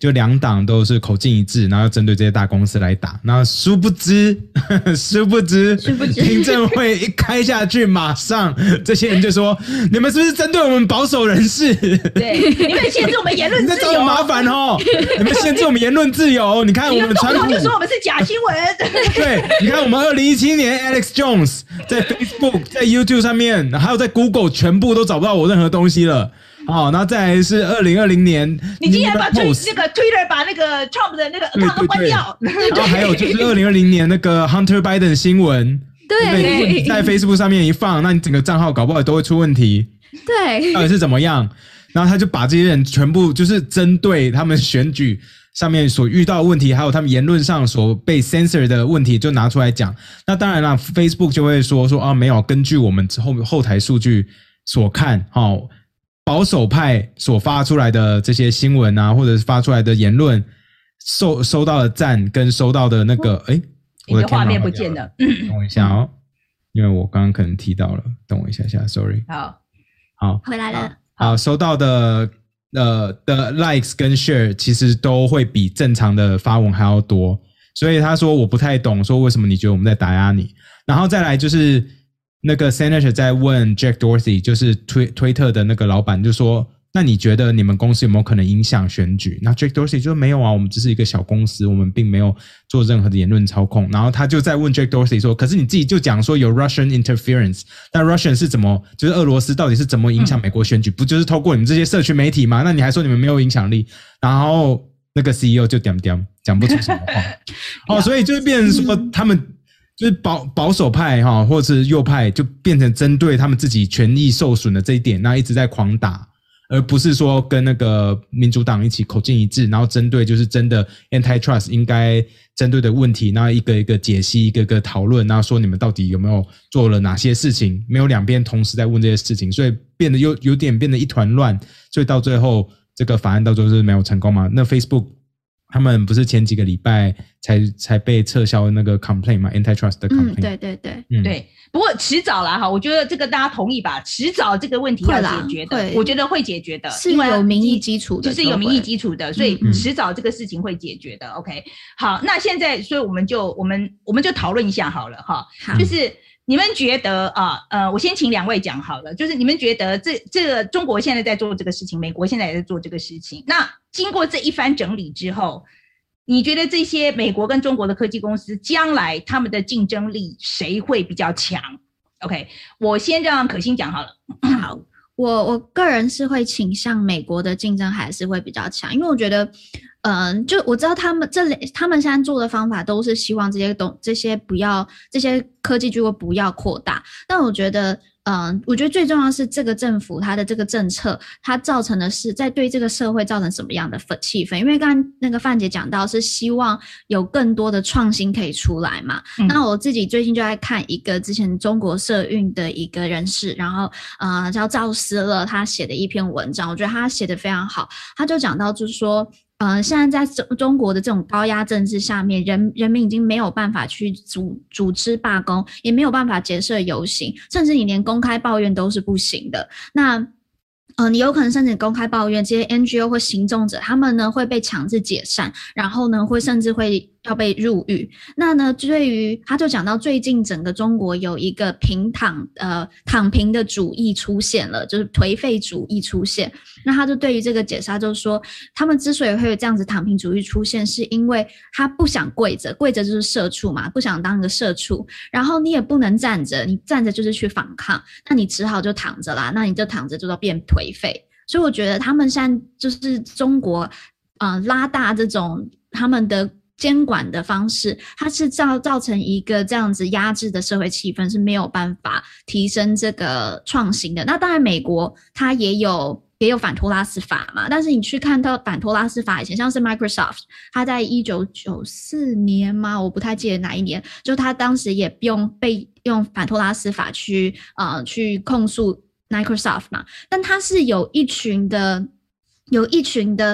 就两党都是口径一致，然后针对这些大公司来打。然后殊不知，殊不知，
殊不知，
听证会一开下去，马上这些人就说：“你们是不是针对我们保守人士？
对，你们限制我们言论自由，
你在找我麻烦哦！你们限制我们言论自由。你看我们川普
就说我们是假新闻。
对，你看我们二零一七年 Alex Jones 在 Facebook、在 YouTube 上面，还有在 Google 全部都找不到我任何东西了。”哦，然后再来是二零二零年，
你竟然把推那个 Twitter 把那个 Trump 的那个 account 都关掉，
然后还有就是二零二零年那个 Hunter Biden 新闻，
对，
你在 Facebook 上面一放，那你整个账号搞不好都会出问题，
对，
到底是怎么样？然后他就把这些人全部就是针对他们选举上面所遇到的问题，还有他们言论上所被 censor 的问题，就拿出来讲。那当然啦 ，Facebook 就会说说啊，没有，根据我们后后台数据所看，哦。保守派所发出来的这些新闻啊，或者是发出来的言论，收收到的赞跟收到的那个，哎、哦，
我的画面不见了，
等我一下哦，因为我刚刚可能提到了，等我一下下 ，sorry。
好，
好，
回来了。
好，收到的呃的 likes 跟 share 其实都会比正常的发文还要多，所以他说我不太懂，说为什么你觉得我们在打压你？然后再来就是。那个 Senator 在问 Jack Dorsey， 就是推推特的那个老板，就说：“那你觉得你们公司有没有可能影响选举？”那 Jack Dorsey 就说：“没有啊，我们只是一个小公司，我们并没有做任何的言论操控。”然后他就在问 Jack Dorsey 说：“可是你自己就讲说有 Russian interference， 那 Russian 是怎么？就是俄罗斯到底是怎么影响美国选举？不就是透过你们这些社群媒体吗？那你还说你们没有影响力？”然后那个 C E O 就点点讲不出什么话。哦，所以就变成说他们。就是保保守派哈，或者是右派，就变成针对他们自己权益受损的这一点，那一直在狂打，而不是说跟那个民主党一起口径一致，然后针对就是真的 antitrust 应该针对的问题，然后一个一个解析，一个一个讨论，然后说你们到底有没有做了哪些事情，没有两边同时在问这些事情，所以变得有有点变得一团乱，所以到最后这个法案到最后是没有成功嘛？那 Facebook。他们不是前几个礼拜才才被撤销那个 complaint 嘛 ，antitrust 的 complaint。
嗯，对对对，
嗯，对。不过迟早啦哈，我觉得这个大家同意吧？迟早这个问题要解决的，我觉得会解决的，
是有民意基础的，
就是有民意基础的，所以迟早这个事情会解决的。OK， 好，那现在所以我们就我们我们就讨论一下好了哈，就是。你们觉得啊，呃，我先请两位讲好了，就是你们觉得这这个中国现在在做这个事情，美国现在也在做这个事情。那经过这一番整理之后，你觉得这些美国跟中国的科技公司将来他们的竞争力谁会比较强 ？OK， 我先让可心讲好了。
好，我我个人是会倾向美国的竞争还是会比较强，因为我觉得。嗯，就我知道他们这里，他们现在做的方法都是希望这些东这些不要这些科技巨头不要扩大，但我觉得，嗯，我觉得最重要的是这个政府它的这个政策，它造成的是在对这个社会造成什么样的气氛？因为刚刚那个范姐讲到是希望有更多的创新可以出来嘛。嗯、那我自己最近就在看一个之前中国社运的一个人士，然后呃叫赵思乐，他写的一篇文章，我觉得他写的非常好，他就讲到就是说。呃，现在在中国的这种高压政治下面，人人民已经没有办法去组组织罢工，也没有办法结社游行，甚至你连公开抱怨都是不行的。那呃，你有可能甚至公开抱怨，这些 N G O 或行动者，他们呢会被强制解散，然后呢会甚至会要被入狱。那呢，对于他就讲到最近整个中国有一个平躺呃躺平的主义出现了，就是颓废主义出现。那他就对于这个解释，他就说，他们之所以会有这样子躺平主义出现，是因为他不想跪着，跪着就是社畜嘛，不想当个社畜。然后你也不能站着，你站着就是去反抗，那你只好就躺着啦，那你就躺着就要变颓废。所以我觉得他们现在就是中国，呃，拉大这种他们的监管的方式，它是造造成一个这样子压制的社会气氛，是没有办法提升这个创新的。那当然，美国它也有。也有反托拉斯法嘛，但是你去看到反托拉斯法以前，像是 Microsoft， 它在一九九四年吗？我不太记得哪一年，就它当时也用被用反托拉斯法去呃去控诉 Microsoft 嘛，但它是有一群的有一群的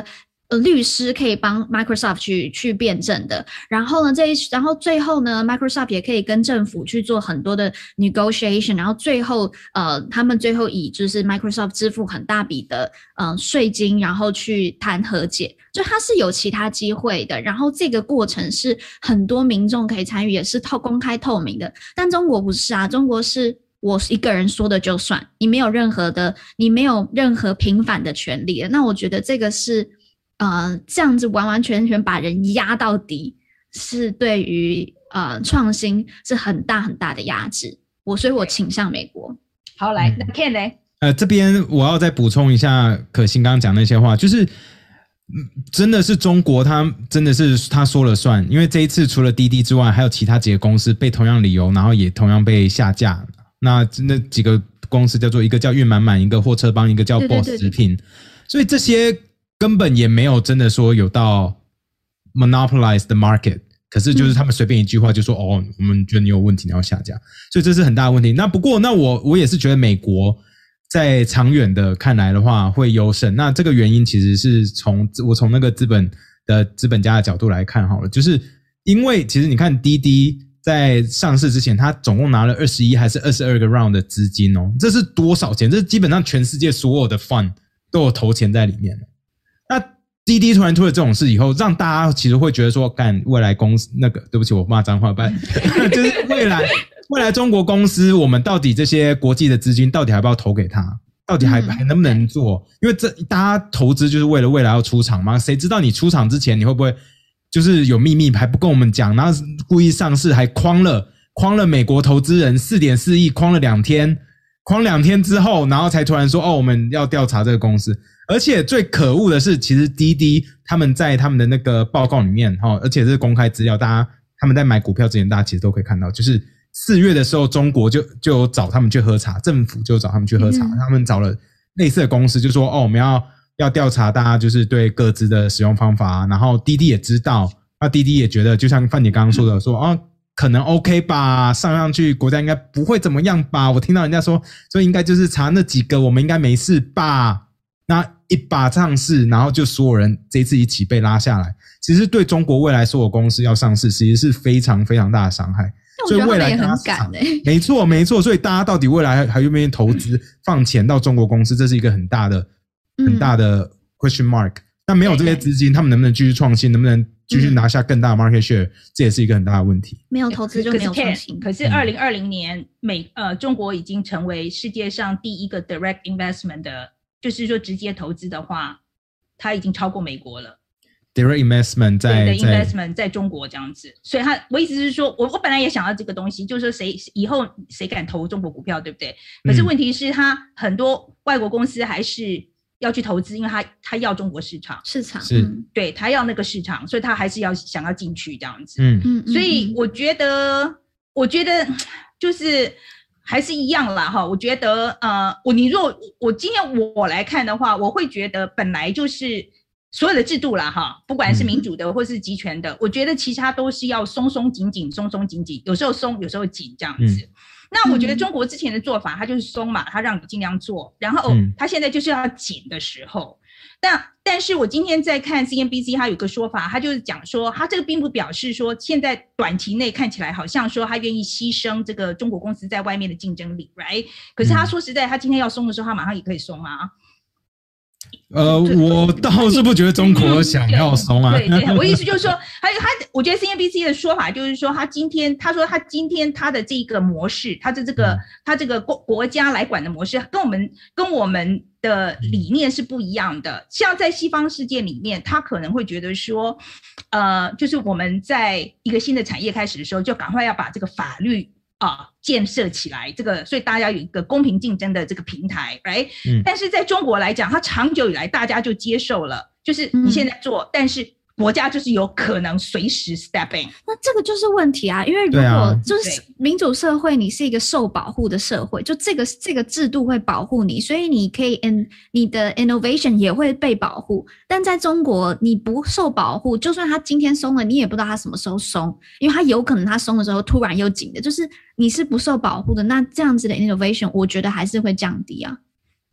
呃，律师可以帮 Microsoft 去去辩证的，然后呢，这一然后最后呢 ，Microsoft 也可以跟政府去做很多的 negotiation， 然后最后呃，他们最后以就是 Microsoft 支付很大笔的呃税金，然后去谈和解，就它是有其他机会的，然后这个过程是很多民众可以参与，也是透公开透明的，但中国不是啊，中国是我一个人说的就算，你没有任何的，你没有任何平反的权利，那我觉得这个是。呃，这样子完完全全把人压到底，是对于呃创新是很大很大的压制。我所以，我倾向美国。
好，来，那 Ken 呢？
呃，这边我要再补充一下可心刚刚讲那些话，就是真的是中国，他真的是他说了算，因为这一次除了滴滴之外，还有其他几个公司被同样理由，然后也同样被下架。那那几个公司叫做一个叫运满满，一个货车帮，一个叫 Boss 食品，所以这些。根本也没有真的说有到 monopolize the market， 可是就是他们随便一句话就说、嗯、哦，我们觉得你有问题，你要下架，所以这是很大的问题。那不过，那我我也是觉得美国在长远的看来的话会优胜。那这个原因其实是从我从那个资本的资本家的角度来看好了，就是因为其实你看滴滴在上市之前，它总共拿了二十一还是二十二个 round 的资金哦，这是多少钱？这是基本上全世界所有的 fund 都有投钱在里面。那滴滴突然出了这种事以后，让大家其实会觉得说，干未来公司那个，对不起，我骂脏话，不然就是未来未来中国公司，我们到底这些国际的资金到底还不要投给他？到底还、嗯、还能不能做？因为这大家投资就是为了未来要出场嘛，谁知道你出场之前你会不会就是有秘密还不跟我们讲，然后故意上市还诓了诓了美国投资人 四点四亿，诓了两天，诓两天之后，然后才突然说哦，我们要调查这个公司。而且最可恶的是，其实滴滴他们在他们的那个报告里面，而且这是公开资料，大家他们在买股票之前，大家其实都可以看到，就是四月的时候，中国就就有找他们去喝茶，政府就找他们去喝茶，嗯、他们找了类似的公司，就说哦，我们要要调查大家就是对各自的使用方法，然后滴滴也知道，那滴滴也觉得，就像范姐刚刚说的，说哦。可能 OK 吧，上上去国家应该不会怎么样吧，我听到人家说所以应该就是查那几个，我们应该没事吧。那一把上市，然后就所有人这一次一起被拉下来，其实对中国未来所有公司要上市其实是非常非常大的伤害。
所以未来也很赶欸，
没错没错，所以大家到底未来还愿不愿意投资放钱到中国公司，这是一个很大的很大的 question mark。那没有这些资金，他们能不能继续创新，能不能继续拿下更大的 market share，、嗯、这也是一个很大的问题。
没有投资就没有创新。
可是二零二零年美呃中国已经成为世界上第一个 direct investment 的，就是说直接投资的话，它已经超过美国了。
direct investment 在
对的 investment 在中国这样子，所以他我意思是说，我我本来也想到这个东西，就是说谁以后谁敢投中国股票，对不对？可是问题是，他很多外国公司还是要去投资，因为他他要中国市场，
市场
是、
嗯、
对他要那个市场，所以他还是要想要进去这样子。
嗯
嗯，
所以我觉得，我觉得就是还是一样啦哈。我觉得呃，我你若我今天我来看的话，我会觉得本来就是所有的制度啦哈，不管是民主的或是集权的，嗯、我觉得其他都是要松松紧紧，松松紧紧，有时候松，有时候紧这样子。嗯，那我觉得中国之前的做法，它就是松嘛，它让你尽量做，然后它现在就是要紧的时候。但但是我今天在看 C N B C， 它有个说法，它就是讲说，它这个并不表示说现在短期内看起来好像说它愿意牺牲这个中国公司在外面的竞争力 ，right？ 可是他说实在，他今天要松的时候，他马上也可以松啊。
呃，我倒是不觉得中国想要松啊。
对 对, 对，我意思就是说，还有他，我觉得 C N B C 的说法就是说，他今天他说他今天他的这个模式，他的这个、嗯、他这个国国家来管的模式，跟我们跟我们的理念是不一样的。像在西方世界里面，他可能会觉得说，呃，就是我们在一个新的产业开始的时候，就赶快要把这个法律啊，建设起来，这个所以大家有一个公平竞争的这个平台 ，right？、嗯、但是在中国来讲，它长久以来大家就接受了，就是你现在做，嗯、但是国家就是有可能随时 step in。
那这个就是问题啊，因为如果就是民主社会，你是一个受保护的社会，就这个这个制度会保护你，所以你可以 in 你的 innovation 也会被保护。但在中国，你不受保护，就算他今天松了，你也不知道他什么时候松，因为他有可能他松的时候突然又紧的，就是你是不受保护的。那这样子的 innovation， 我觉得还是会降低啊。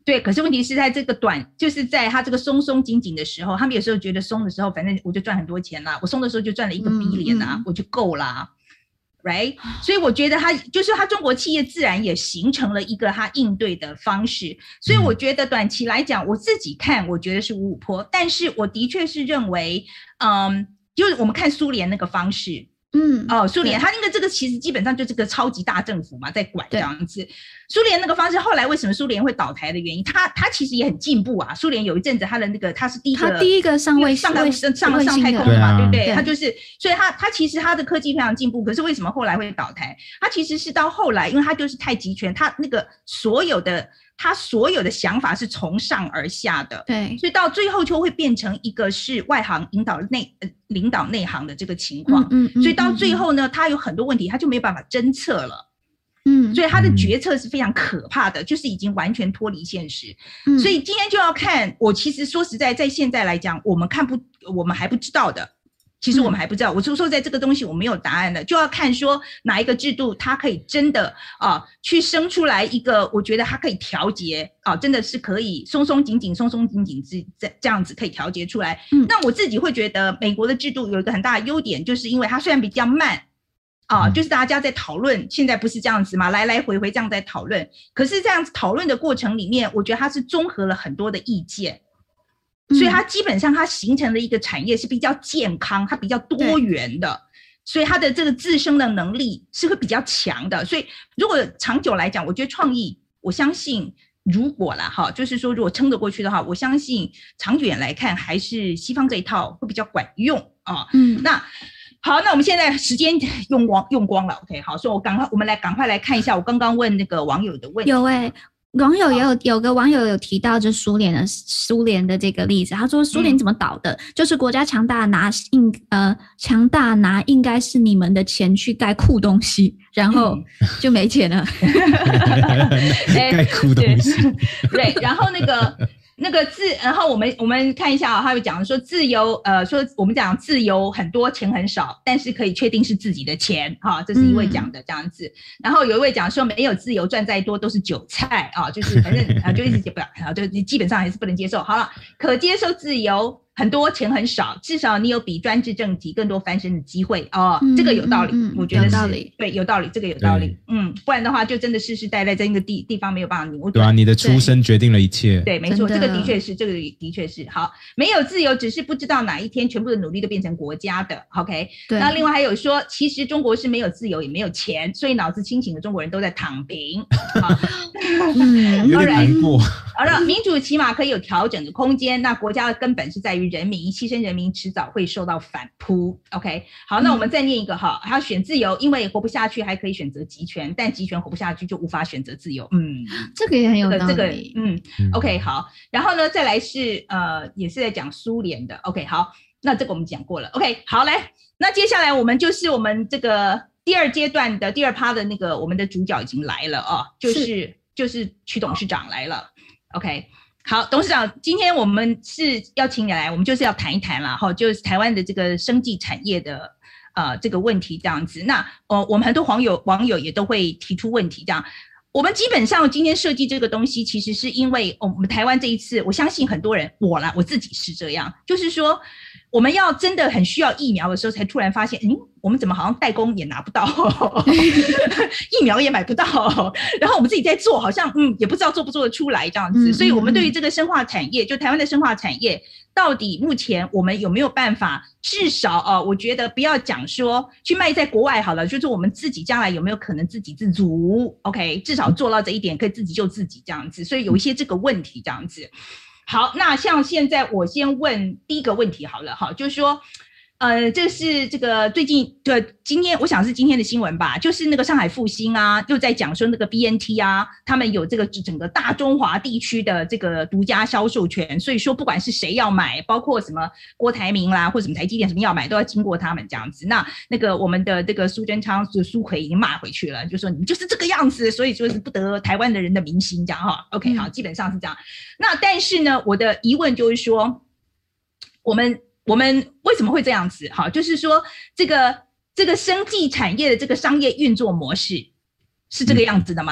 对，可是问题是在这个短，就是在它这个松松紧紧的时候，他们有时候觉得松的时候，反正我就赚很多钱啦，我松的时候就赚了一个 billion 啊，嗯嗯我就够啦。Right， 所以我觉得它就是它中国企业自然也形成了一个它应对的方式，所以我觉得短期来讲，我自己看我觉得是五五波，但是我的确是认为，嗯，就是我们看苏联那个方式。嗯，哦，苏联他那个这个其实基本上就这个超级大政府嘛，在管这样子。苏联那个方式，后来为什么苏联会倒台的原因，他他其实也很进步啊。苏联有一阵子他的那个他是第一个，
他第一个上卫
上上上上太空的嘛，对不对？对他就是，所以他他其实他的科技非常进步，可是为什么后来会倒台？他其实是到后来，因为他就是太集权，他那个所有的。他所有的想法是从上而下的，
对，
所以到最后就会变成一个是外行引导内、呃、领导内行的这个情况，嗯嗯嗯、所以到最后呢，他有很多问题，他就没有办法侦测了，嗯，所以他的决策是非常可怕的，就是已经完全脱离现实，嗯，所以今天就要看，我其实说实在，在现在来讲，我们看不，我们还不知道的。其实我们还不知道，我就说在这个东西我没有答案的，就要看说哪一个制度它可以真的啊去生出来一个，我觉得它可以调节啊，真的是可以松松紧紧、松松紧紧这这样子可以调节出来。嗯，那我自己会觉得美国的制度有一个很大的优点，就是因为它虽然比较慢啊，就是大家在讨论，现在不是这样子嘛，来来回回这样在讨论，可是这样子讨论的过程里面，我觉得它是综合了很多的意见。所以它基本上它形成的一个产业是比较健康，它比较多元的，所以它的这个自身的能力是会比较强的。所以如果长久来讲，我觉得创意，我相信如果啦哈，就是说如果撑得过去的话，我相信长远来看还是西方这一套会比较管用啊。嗯，那好，那我们现在时间用光用光了 ，OK， 好，所以我赶快我们来赶快来看一下我刚刚问那个网友的问题。
有哎、欸。网友也有有个网友有提到，就苏联的苏联的这个例子，他说苏联怎么倒的，嗯、就是国家强大拿应呃强大拿应该是你们的钱去盖酷东西，然后就没钱了，
盖酷东西，
对，然后那个。那个自，然后我们我们看一下啊、哦，他会讲说自由，呃，说我们讲自由很多钱很少，但是可以确定是自己的钱，哈、哦，这是一位讲的这样子。嗯、然后有一位讲说没有自由赚再多都是韭菜啊、哦，就是反正啊就一直不啊，就基本上还是不能接受。好了，可接受自由。很多钱很少，至少你有比专制政体更多翻身的机会哦，嗯、这个有道理，嗯、我觉得是
有道理，
对，有道理，这个有道理，嗯，不然的话就真的世世代代在那个地地方没有办法扭转。
对啊，你的出身决定了一切。
对，没错，这个的确是，这个的确是好。没有自由，只是不知道哪一天全部的努力都变成国家的 ，OK？ 对。那另外还有说，其实中国是没有自由也没有钱，所以脑子清醒的中国人都在躺平。好，
嗯，有点难过。
好了，民主起码可以有调整的空间，那国家的根本是在于人民，牺牲人民迟早会受到反扑。OK， 好，那我们再念一个哈，他选自由，因为活不下去还可以选择集权，但集权活不下去就无法选择自由。嗯，
这个也很有道理。
这个，嗯 ，OK， 好，然后呢，再来是呃，也是在讲苏联的。OK， 好，那这个我们讲过了。OK， 好，来，那接下来我们就是我们这个第二阶段的第二趴的那个我们的主角已经来了哦，就是是就是曲董事长来了。OK， 好，董事长，今天我们是要请你来，我们就是要谈一谈啦，哈，就是台湾的这个生技产业的呃这个问题这样子。那呃，我们很多网友网友也都会提出问题，这样。我们基本上今天设计这个东西，其实是因为、哦、我们台湾这一次，我相信很多人，我啦我自己是这样，就是说我们要真的很需要疫苗的时候，才突然发现，嗯，我们怎么好像代工也拿不到，疫苗也买不到，然后我们自己在做，好像嗯也不知道做不做得出来这样子。所以我们对于这个生化产业，就台湾的生化产业，到底目前我们有没有办法，至少哦，我觉得不要讲说去卖在国外好了，就是我们自己将来有没有可能自给自足 ？OK， 至少做到这一点，可以自己救自己这样子。所以有一些这个问题这样子。好，那像现在我先问第一个问题好了，哈，就是说，呃，这是这个最近的今天，我想是今天的新闻吧，就是那个上海复星啊，又在讲说那个 B N T 啊，他们有这个整个大中华地区的这个独家销售权，所以说不管是谁要买，包括什么郭台铭啦，或什么台积电什么要买，都要经过他们这样子。那那个我们的这个苏贞昌就苏揆已经骂回去了，就说你们就是这个样子，所以说是不得台湾的人的民心这样哈。OK， 好，基本上是这样。那但是呢，我的疑问就是说，我们我们为什么会这样子？好，就是说这个这个生技产业的这个商业运作模式是这个样子的吗？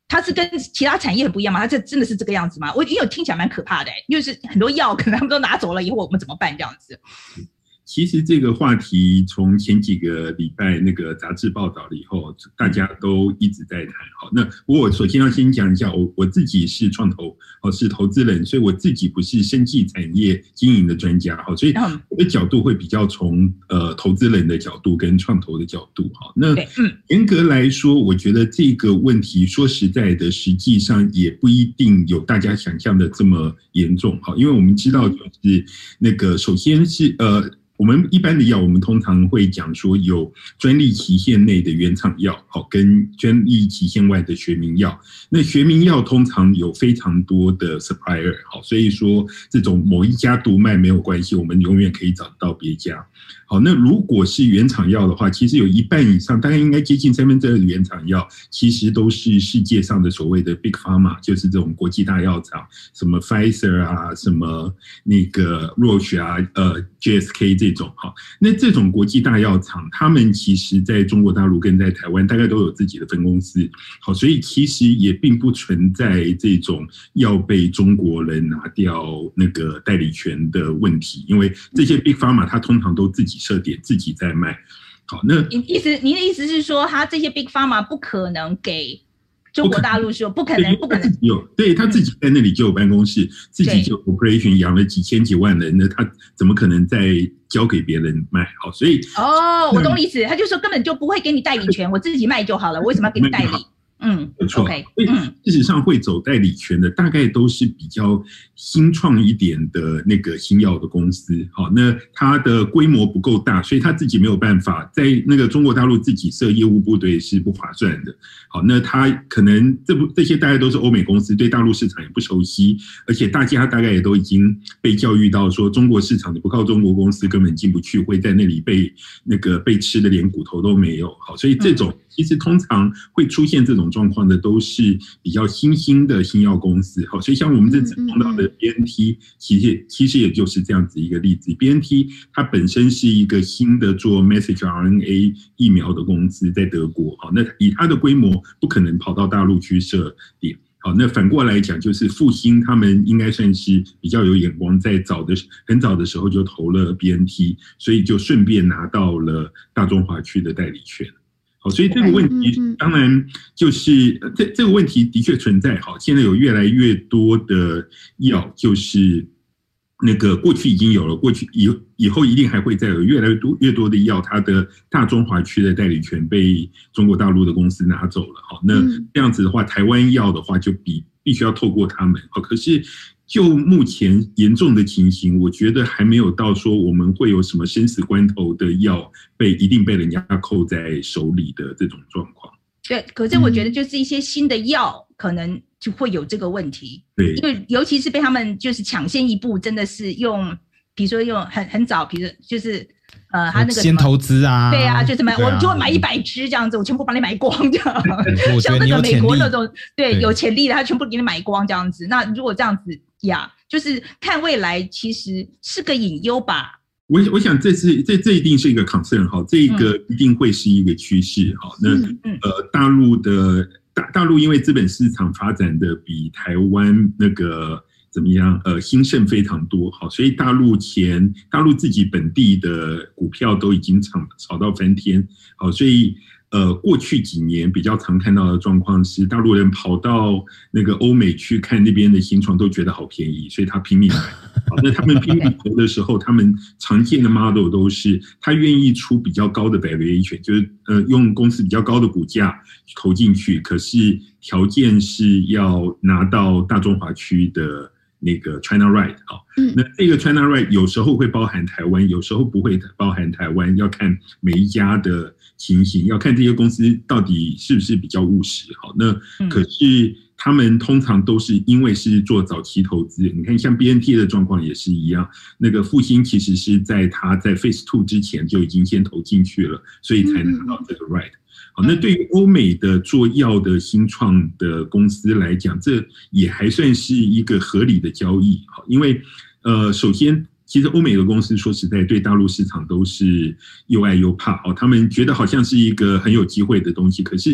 它是跟其他产业很不一样吗？它这真的是这个样子吗？我因为我听起来蛮可怕的、欸，因为是很多药可能他们都拿走了以后，我们怎么办这样子？
其实这个话题从前几个礼拜那个杂志报道了以后，大家都一直在谈。好，那我首先要先讲一下，我我自己是创投，哦，是投资人，所以我自己不是生技产业经营的专家，好，所以我的角度会比较从呃投资人的角度跟创投的角度。好，那严格来说，我觉得这个问题说实在的，实际上也不一定有大家想象的这么严重。好，因为我们知道就是那个首先是呃。我们一般的药，我们通常会讲说有专利期限内的原厂药，好，跟专利期限外的学名药。那学名药通常有非常多的 supplier， 好，所以说这种某一家独卖没有关系，我们永远可以找到别家。好，那如果是原厂药的话，其实有一半以上，大概应该接近三分之二的原厂药，其实都是世界上的所谓的 Big Pharma， 就是这种国际大药厂，什么 Pfizer 啊，什么那个 Roche 啊，呃 G S K 这种。好，那这种国际大药厂，他们其实在中国大陆跟在台湾大概都有自己的分公司。好，所以其实也并不存在这种要被中国人拿掉那个代理权的问题，因为这些 Big Pharma 它通常都自己设点，自己在卖。好，那
意思您的意思是说，他这些 Big Pharma 不可能给中国大陆说不可能，不可能
有，对他自己在那里就有办公室，嗯、自己就 operation 养了几千几万人，那他怎么可能再交给别人卖？好，所以
哦，我懂你意思，他就说根本就不会给你代理权，我自己卖就好了，我为什么要给你代理？嗯，
没错。
Okay,
所以事实上会走代理权的，大概都是比较新创一点的那个新药的公司。好，那它的规模不够大，所以他自己没有办法在那个中国大陆自己设业务部队是不划算的。好，那他可能这不这些大概都是欧美公司，对大陆市场也不熟悉，而且大家大概也都已经被教育到说，中国市场你不靠中国公司根本进不去，会在那里被那个被吃的连骨头都没有。好，所以这种。其实通常会出现这种状况的都是比较新兴的新药公司，好，所以像我们这次碰到的 B N T， 其实其实也就是这样子一个例子。B N T 它本身是一个新的做 messenger R N A 疫苗的公司，在德国，好，那以它的规模不可能跑到大陆去设点。好，那反过来讲，就是复星他们应该算是比较有眼光，在早的很早的时候就投了 B N T， 所以就顺便拿到了大中华区的代理权。好，所以这个问题当然就是这这个问题的确存在。好，现在有越来越多的药，就是那个过去已经有了，过去以以后一定还会再有越来越多越多的药，它的大中华区的代理权被中国大陆的公司拿走了。好，那这样子的话，台湾药的话就比必须要透过他们。好，可是就目前严重的情形，我觉得还没有到说我们会有什么生死关头的药被一定被人家扣在手里的这种状况。
对，可是我觉得就是一些新的药可能就会有这个问题。
对，
因为尤其是被他们就是抢先一步，真的是用，比如说用很很早，比如就是呃，他那个
先投资啊，
对啊，就怎么、啊、我就会买一百支这样子，我全部把你买光这样。
我
像那个美国那种对
对
有潜力的，他全部给你买光这样子。那如果这样子呀，就是看未来其实是个隐忧吧。
我我想这是这这一定是一个 concern 哈，这个一定会是一个趋势哈。那呃，大陆的大大陆因为资本市场发展的比台湾那个怎么样呃兴盛非常多，好，所以大陆钱大陆自己本地的股票都已经炒炒到翻天，好，所以。呃，过去几年比较常看到的状况是，大陆人跑到那个欧美去看那边的新创，都觉得好便宜，所以他拼命买。好，那他们拼命投的时候，他们常见的 model 都是他愿意出比较高的 valuation， 就是呃用公司比较高的股价投进去，可是条件是要拿到大中华区的那个 China Right 啊，那这个 China Right 有时候会包含台湾，有时候不会包含台湾，要看每一家的情形，要看这些公司到底是不是比较务实。好，那可是他们通常都是因为是做早期投资，你看像 B N T 的状况也是一样，那个复星其实是在他在 Phase 二 之前就已经先投进去了，所以才拿到这个 Right。好，那对于欧美的做药的新创的公司来讲，这也还算是一个合理的交易。好，因为呃，首先，其实欧美的公司说实在，对大陆市场都是又爱又怕。哦，他们觉得好像是一个很有机会的东西，可是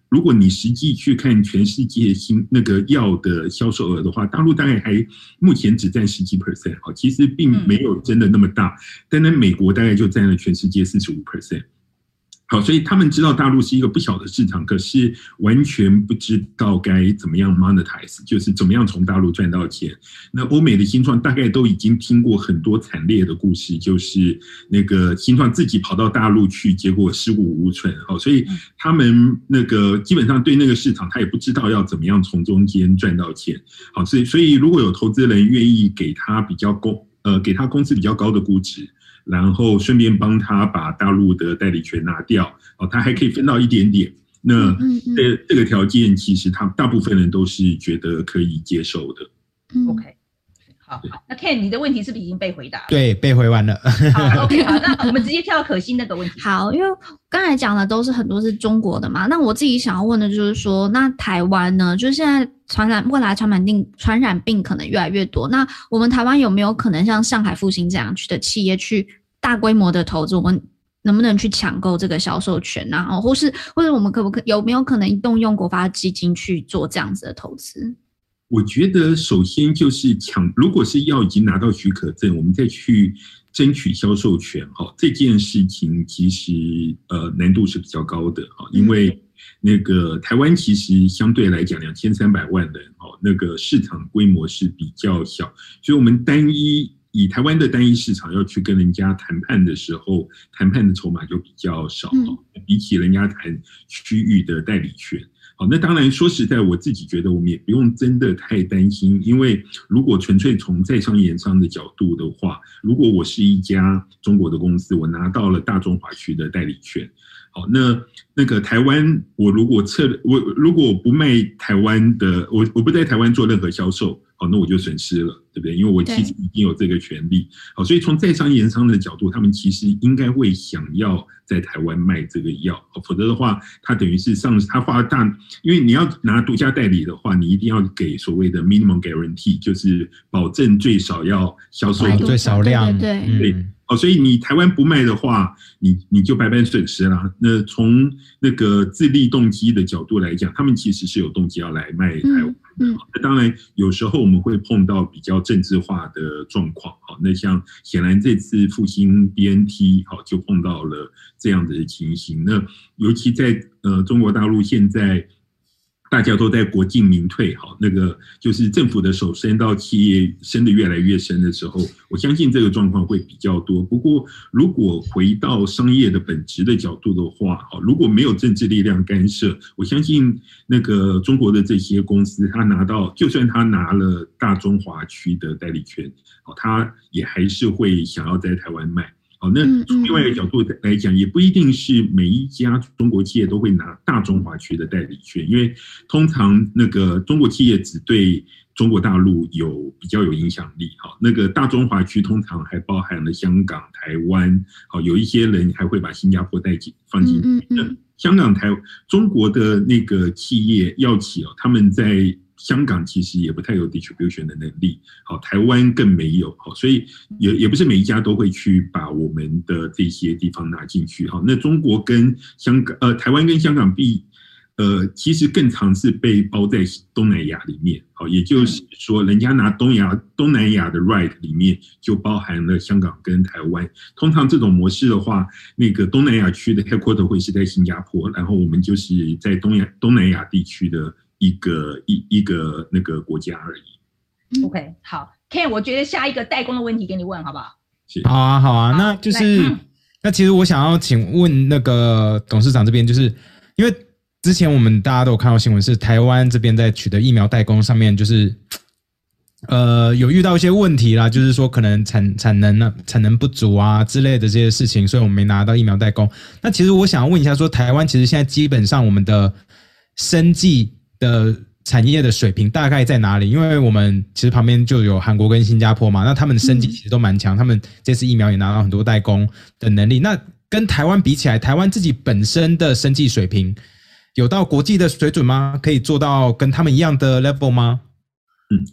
如果你实际去看全世界新那个药的销售额的话，大陆大概还目前只占十几 percent， 好，其实并没有真的那么大。但在美国大概就占了全世界四十五 percent。好，所以他们知道大陆是一个不小的市场，可是完全不知道该怎么样 monetize， 就是怎么样从大陆赚到钱。那欧美的新创大概都已经听过很多惨烈的故事，就是那个新创自己跑到大陆去，结果尸骨无存。好，所以他们那个基本上对那个市场，他也不知道要怎么样从中间赚到钱。好，所以所以如果有投资人愿意给他比较公呃给他公司比较高的估值，然后顺便帮他把大陆的代理权拿掉，哦，他还可以分到一点点。那这这个条件，其实他大部分人都是觉得可以接受的。
嗯、OK， 好，那 Ken， 你的问题是不是已经被回答了？
对，被回完了。
好 ，OK， 好，那我们直接跳到可心那个问题。
好，因为刚才讲的都是很多是中国的嘛，那我自己想要问的就是说，那台湾呢？就是现在传染未来传染病传染病可能越来越多，那我们台湾有没有可能像上海复兴这样的企业去大规模的投资，我们能不能去抢购这个销售权，然后或是或者我们可不可有没有可能动用国发基金去做这样子的投资？
我觉得首先就是抢，如果是药已经拿到许可证，我们再去争取销售权，哈，这件事情其实呃难度是比较高的，哈，因为那个台湾其实相对来讲两千三百万人，哈，那个市场规模是比较小，所以我们单一。以台湾的单一市场要去跟人家谈判的时候，谈判的筹码就比较少，嗯、比起人家谈区域的代理权。好，那当然说实在，我自己觉得我们也不用真的太担心，因为如果纯粹从在商言商的角度的话，如果我是一家中国的公司，我拿到了大中华区的代理权。好，那那个台湾，我如果撤我如果我不卖台湾的，我我不在台湾做任何销售，好，那我就损失了，对不对？因为我其实已经有这个权利。好，所以从在商言商的角度，他们其实应该会想要在台湾卖这个药，否则的话，他等于是上他花大，因为你要拿独家代理的话，你一定要给所谓的 minimum guarantee， 就是保证最少要销售
最少量，
对
对。对哦，所以你台湾不卖的话，你你就白白损失啦。那从那个自利动机的角度来讲，他们其实是有动机要来卖台湾的。嗯嗯、那当然，有时候我们会碰到比较政治化的状况。好，那像显然这次复兴 B N T 好就碰到了这样的情形。那尤其在呃中国大陆现在。大家都在国进民退，好，那个就是政府的手伸到企业伸得越来越深的时候，我相信这个状况会比较多。不过，如果回到商业的本质的角度的话，好，如果没有政治力量干涉，我相信那个中国的这些公司，他拿到，就算他拿了大中华区的代理权，好，他也还是会想要在台湾卖。好，那从另外一个角度来讲，也不一定是每一家中国企业都会拿大中华区的代理权，因为通常那个中国企业只对中国大陆有比较有影响力。好，那个大中华区通常还包含了香港、台湾，好，有一些人还会把新加坡带进放进去。那香港、台中国的那个企业药企哦，他们在香港其实也不太有 distribution 的能力，好，台湾更没有，好，所以也也不是每一家都会去把我们的这些地方拿进去，好，那中国跟香港，呃，台湾跟香港比，呃，其实更常是被包在东南亚里面，好，也就是说，人家拿东亚东南亚的 right 里面就包含了香港跟台湾。通常这种模式的话，那个东南亚区的 headquarter 会是在新加坡，然后我们就是在东亚东南亚地区的。一个一一个那个国家而已。
OK， 好 ，Ken， 我觉得下一个代工的问题给你问好不好？
好啊，好啊，那就是、嗯、那其实我想要请问那个董事长这边，就是因为之前我们大家都有看到新闻，是台湾这边在取得疫苗代工上面，就是呃有遇到一些问题啦，就是说可能产产能呢产能不足啊之类的这些事情，所以我们没拿到疫苗代工。那其实我想要问一下，说台湾其实现在基本上我们的生技的产业的水平大概在哪里？因为我们其实旁边就有韩国跟新加坡嘛，那他们的生技其实都蛮强，他们这次疫苗也拿到很多代工的能力。那跟台湾比起来，台湾自己本身的生技水平有到国际的水准吗？可以做到跟他们一样的 level 吗？
嗯，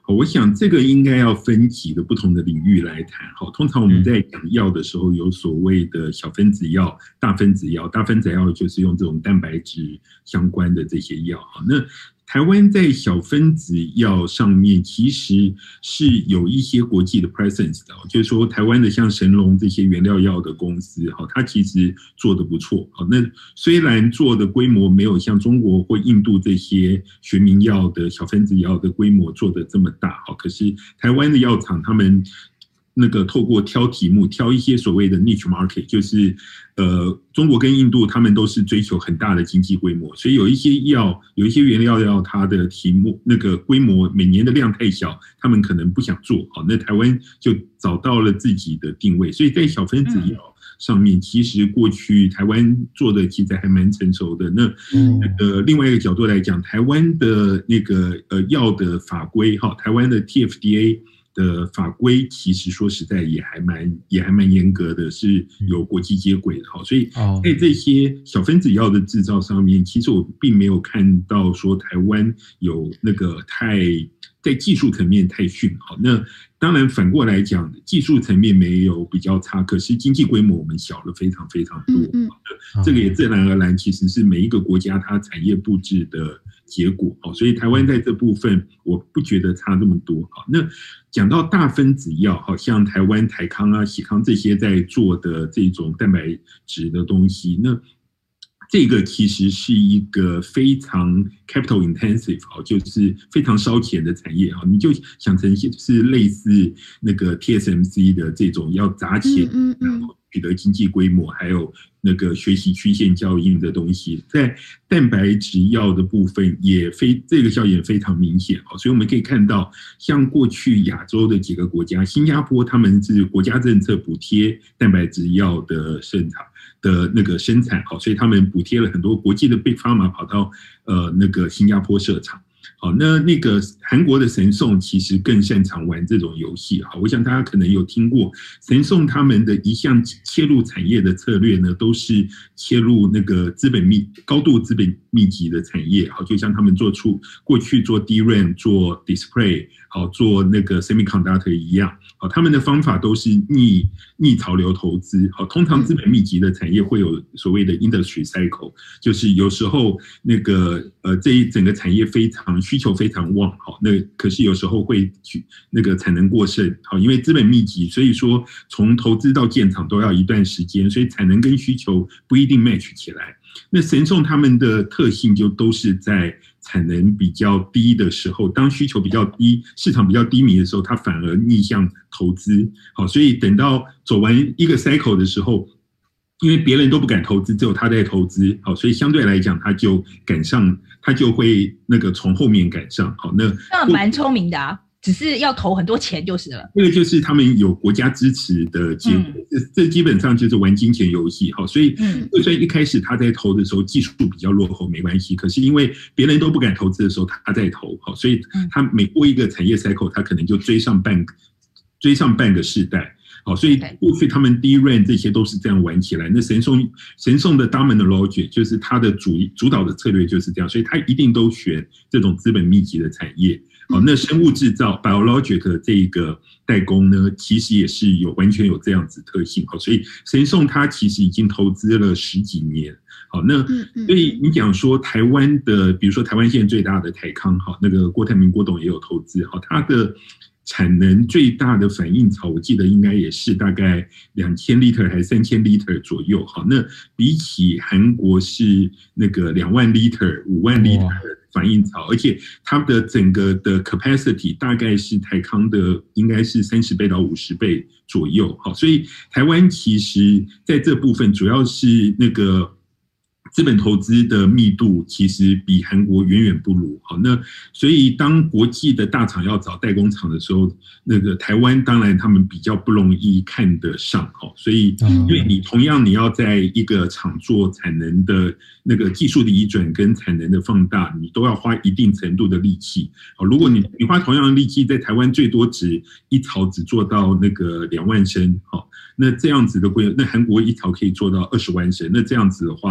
我想这个应该要分几个不同的领域来谈。好，通常我们在讲药的时候，有所谓的小分子药、大分子药。大分子药就是用这种蛋白质相关的这些药。好，那台湾在小分子药上面其实是有一些国际的 presence 的，就是说台湾的像神龙这些原料药的公司，它其实做得不错。那虽然做的规模没有像中国或印度这些学名药的小分子药的规模做得这么大，可是台湾的药厂他们那个透过挑题目，挑一些所谓的 niche market， 就是呃，中国跟印度他们都是追求很大的经济规模，所以有一些药，有一些原料药，它的题目那个规模每年的量太小，他们可能不想做。好，那台湾就找到了自己的定位，所以在小分子药上面，其实过去台湾做的其实还蛮成熟的。那那个另外一个角度来讲，台湾的那个呃药的法规，哈，台湾的 T F D A。的法规其实说实在也还蛮也还蛮严格的，是有国际接轨的。好，所以在这些小分子药的制造上面，其实我并没有看到说台湾有那个太在技术层面太逊。好，那当然反过来讲，技术层面没有比较差，可是经济规模我们小了非常非常多。嗯嗯，这个也自然而然其实是每一个国家它产业布置的结果。所以台湾在这部分我不觉得差这么多。好，那讲到大分子药，好像台湾台康啊、喜康这些在做的这种蛋白质的东西，那这个其实是一个非常 capital intensive， 就是非常烧钱的产业。你就想成是类似那个 T S M C 的这种要砸钱，然后取得经济规模，还有那个学习曲线效应的东西，在蛋白质药的部分也非这个效应非常明显。所以我们可以看到，像过去亚洲的几个国家，新加坡他们是国家政策补贴蛋白质药的生产的那个生产，所以他们补贴了很多国际的 Big Pharma 跑到呃那个新加坡设厂。好，那那个韩国的神送其实更擅长玩这种游戏。好，我想大家可能有听过神送他们的一项切入产业的策略呢，都是切入那个资本密高度资本密集的产业。好，就像他们做出过去做 D R A M 做 Display 好做那个 Semiconductor 一样。好，他们的方法都是逆逆潮流投资。好，通常资本密集的产业会有所谓的 industry cycle， 就是有时候那个呃这一整个产业非常需求非常旺。好，那可是有时候会那个产能过剩。好，因为资本密集，所以说从投资到建厂都要一段时间，所以产能跟需求不一定 match 起来。那神送他们的特性就都是在产能比较低的时候，当需求比较低，市场比较低迷的时候，它反而逆向投资。好，所以等到走完一个 cycle 的时候，因为别人都不敢投资，只有他在投资。好，所以相对来讲，他就赶上，他就会那个从后面赶上。好，那
那蛮聪明的啊。只是要投很多钱就是了。
这个就是他们有国家支持的结果，嗯、这基本上就是玩金钱游戏。好，所以就算一开始他在投的时候技术比较落后没关系，可是因为别人都不敢投资的时候，他在投。好，所以他每过一个产业 cycle， 他可能就追上半个追上半个世代。好，所以过去他们 D R A M 这些都是这样玩起来。那神送神送的 dominant logic 就是他的主主导的策略就是这样，所以他一定都选这种资本密集的产业。好，那生物制造 biologic 的这个代工呢，其实也是有完全有这样子特性。好，所以神送他其实已经投资了十几年。好，那所以你讲说台湾的，比如说台湾现在最大的台康，好，那个郭台铭郭董也有投资。好，他的产能最大的反应槽，我记得应该也是大概两千 liter 还是三千 liter 左右。好，那比起韩国是那个两万 liter、五万 liter 的反应槽，而且它的整个的 capacity 大概是台康的应该是三十倍到五十倍左右。好，所以台湾其实在这部分主要是那个资本投资的密度其实比韩国远远不如。好，那所以当国际的大厂要找代工厂的时候，那个台湾当然他们比较不容易看得上。好，所以因为你同样你要在一个厂做产能的那个技术的移转跟产能的放大，你都要花一定程度的力气。好，如果你你花同样的力气，在台湾最多只一槽只做到那个两万升。好，那这样子的规，那韩国一槽可以做到二十万升，那这样子的话，这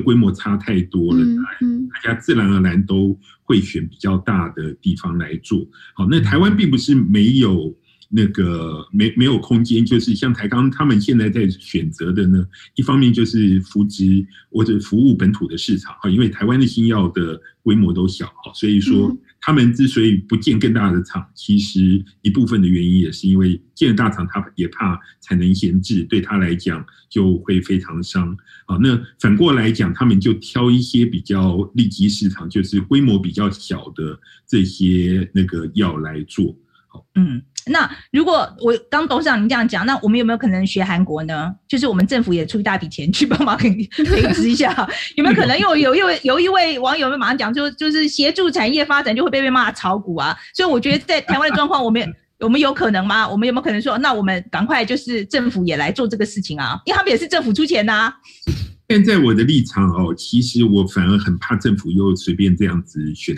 规模差太多了，
嗯嗯、
大家自然而然都会选比较大的地方来做。好，那台湾并不是没有那个没没有空间，就是像台钢他们现在在选择的呢，一方面就是扶植或者服务本土的市场，因为台湾的新药的规模都小，所以说他们之所以不建更大的厂，其实一部分的原因也是因为建了大厂，他也怕产能闲置，对他来讲就会非常伤。好，那反过来讲，他们就挑一些比较利基市场，就是规模比较小的这些那个药来做。
嗯，那如果我刚董事长您这样讲，那我们有没有可能学韩国呢？就是我们政府也出一大笔钱去帮忙培植一下，有没有可能？因为有一位有一位网友马上讲，就就是协助产业发展就会被被骂炒股啊，所以我觉得在台湾的状况，我们我们有可能吗？我们有没有可能说，那我们赶快就是政府也来做这个事情啊？因为他们也是政府出钱呐、啊。
站在我的立场哦，其实我反而很怕政府又随便这样子选择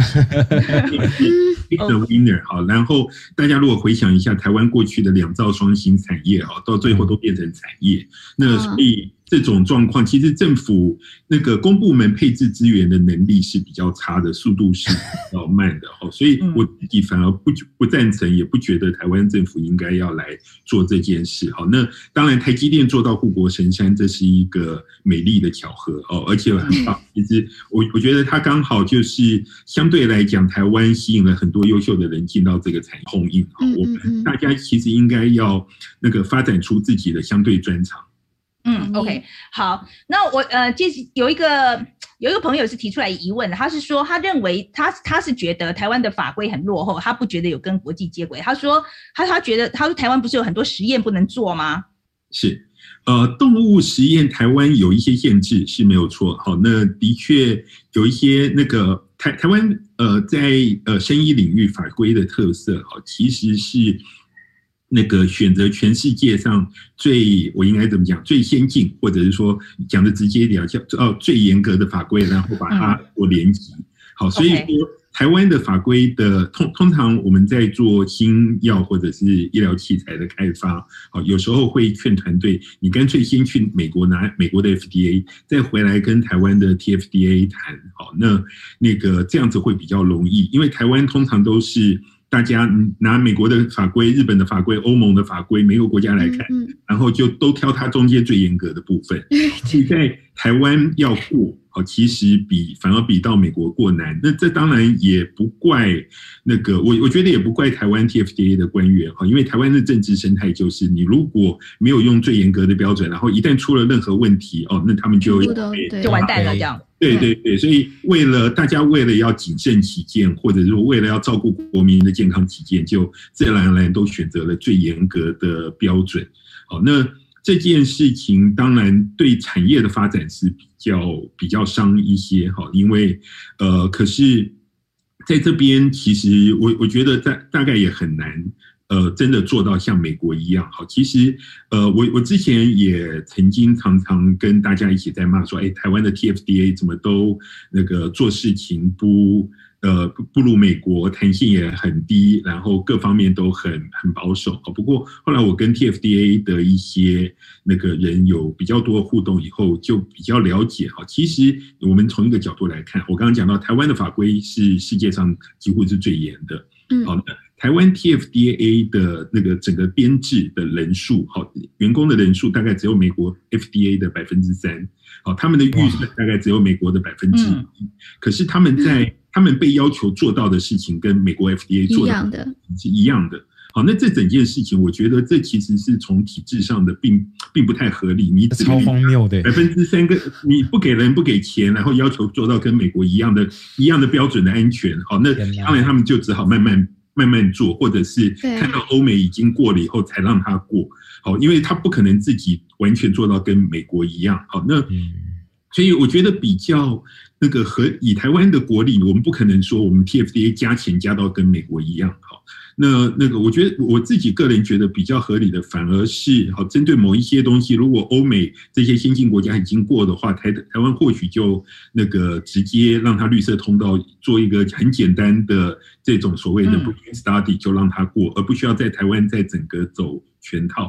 ，pick the winner 好，然后大家如果回想一下台湾过去的两兆双星产业哦，到最后都变成产业，那所以这种状况，其实政府那个公部门配置资源的能力是比较差的，速度是比较慢的哦，所以我自己反而不不赞成，也不觉得台湾政府应该要来做这件事。好，那当然台积电做到护国神山，这是一个美丽的巧合哦，而且很棒。其实我我觉得它刚好就是相对来讲，台湾吸引了很多优秀的人进到这个产业供应。我们大家其实应该要那个发展出自己的相对专长。
嗯 ，OK， 好，那我呃，接有一个有一个朋友是提出来疑问的，他是说他认为他他是觉得台湾的法规很落后，他不觉得有跟国际接轨。他说他他觉得他说台湾不是有很多实验不能做吗？
是，呃，动物实验台湾有一些限制是没有错。好，那的确有一些那个台台湾呃在呃生医领域法规的特色，好，其实是。那个选择全世界上最我应该怎么讲最先进，或者是说讲的直接一点叫哦最严格的法规，然后把它做连级。好，所以说台湾的法规的通通常我们在做新药或者是医疗器材的开发，好，有时候会劝团队，你干脆先去美国拿美国的 F D A， 再回来跟台湾的 T F D A 谈。好，那那个这样子会比较容易，因为台湾通常都是。大家拿美国的法规、日本的法规、欧盟的法规，每个国家来看，嗯嗯、然后就都挑它中间最严格的部分。所以在台湾要过，其实比反而比到美国过难。那这当然也不怪那个，我我觉得也不怪台湾 T F D A 的官员，因为台湾的政治生态就是，你如果没有用最严格的标准，然后一旦出了任何问题，哦，那他们就
就完蛋了，这样。
对对对，所以为了大家为了要谨慎起见，或者说为了要照顾国民的健康起见，就自然而然都选择了最严格的标准。好，那这件事情当然对产业的发展是比较比较伤一些，好，因为呃，可是在这边其实我我觉得大大概也很难。呃，真的做到像美国一样好，其实，呃，我我之前也曾经常常跟大家一起在骂说，哎，台湾的 T F D A 怎么都那个做事情不呃不不如美国，弹性也很低，然后各方面都很很保守。不过后来我跟 T F D A 的一些那个人有比较多互动以后，就比较了解哈。其实我们从一个角度来看，我刚刚讲到台湾的法规是世界上几乎是最严的，嗯，好。台湾 T F D A 的那个整个编制的人数，好，员工的人数大概只有美国 F D A 的百分之三，好，他们的预算大概只有美国的百分之一，可是他们在他们被要求做到的事情跟美国 F D A 做到的是一样的。好，那这整件事情，我觉得这其实是从体制上的并并不太合理。你
超荒谬的，
百分之三个你不给人不给钱，然后要求做到跟美国一样的一样的标准的安全，好，那当然他们就只好慢慢。慢慢做，或者是看到欧美已经过了以后才让他过，好，因为他不可能自己完全做到跟美国一样，好，那所以我觉得比较那个和以台湾的国力，我们不可能说我们 T F D A 加钱加到跟美国一样，好，那那个我觉得我自己个人觉得比较合理的，反而是好针对某一些东西，如果欧美这些先进国家已经过的话，台台湾或许就那个直接让它绿色通道做一个很简单的这种所谓的 bridging study 就让它过，而不需要在台湾再整个走全套。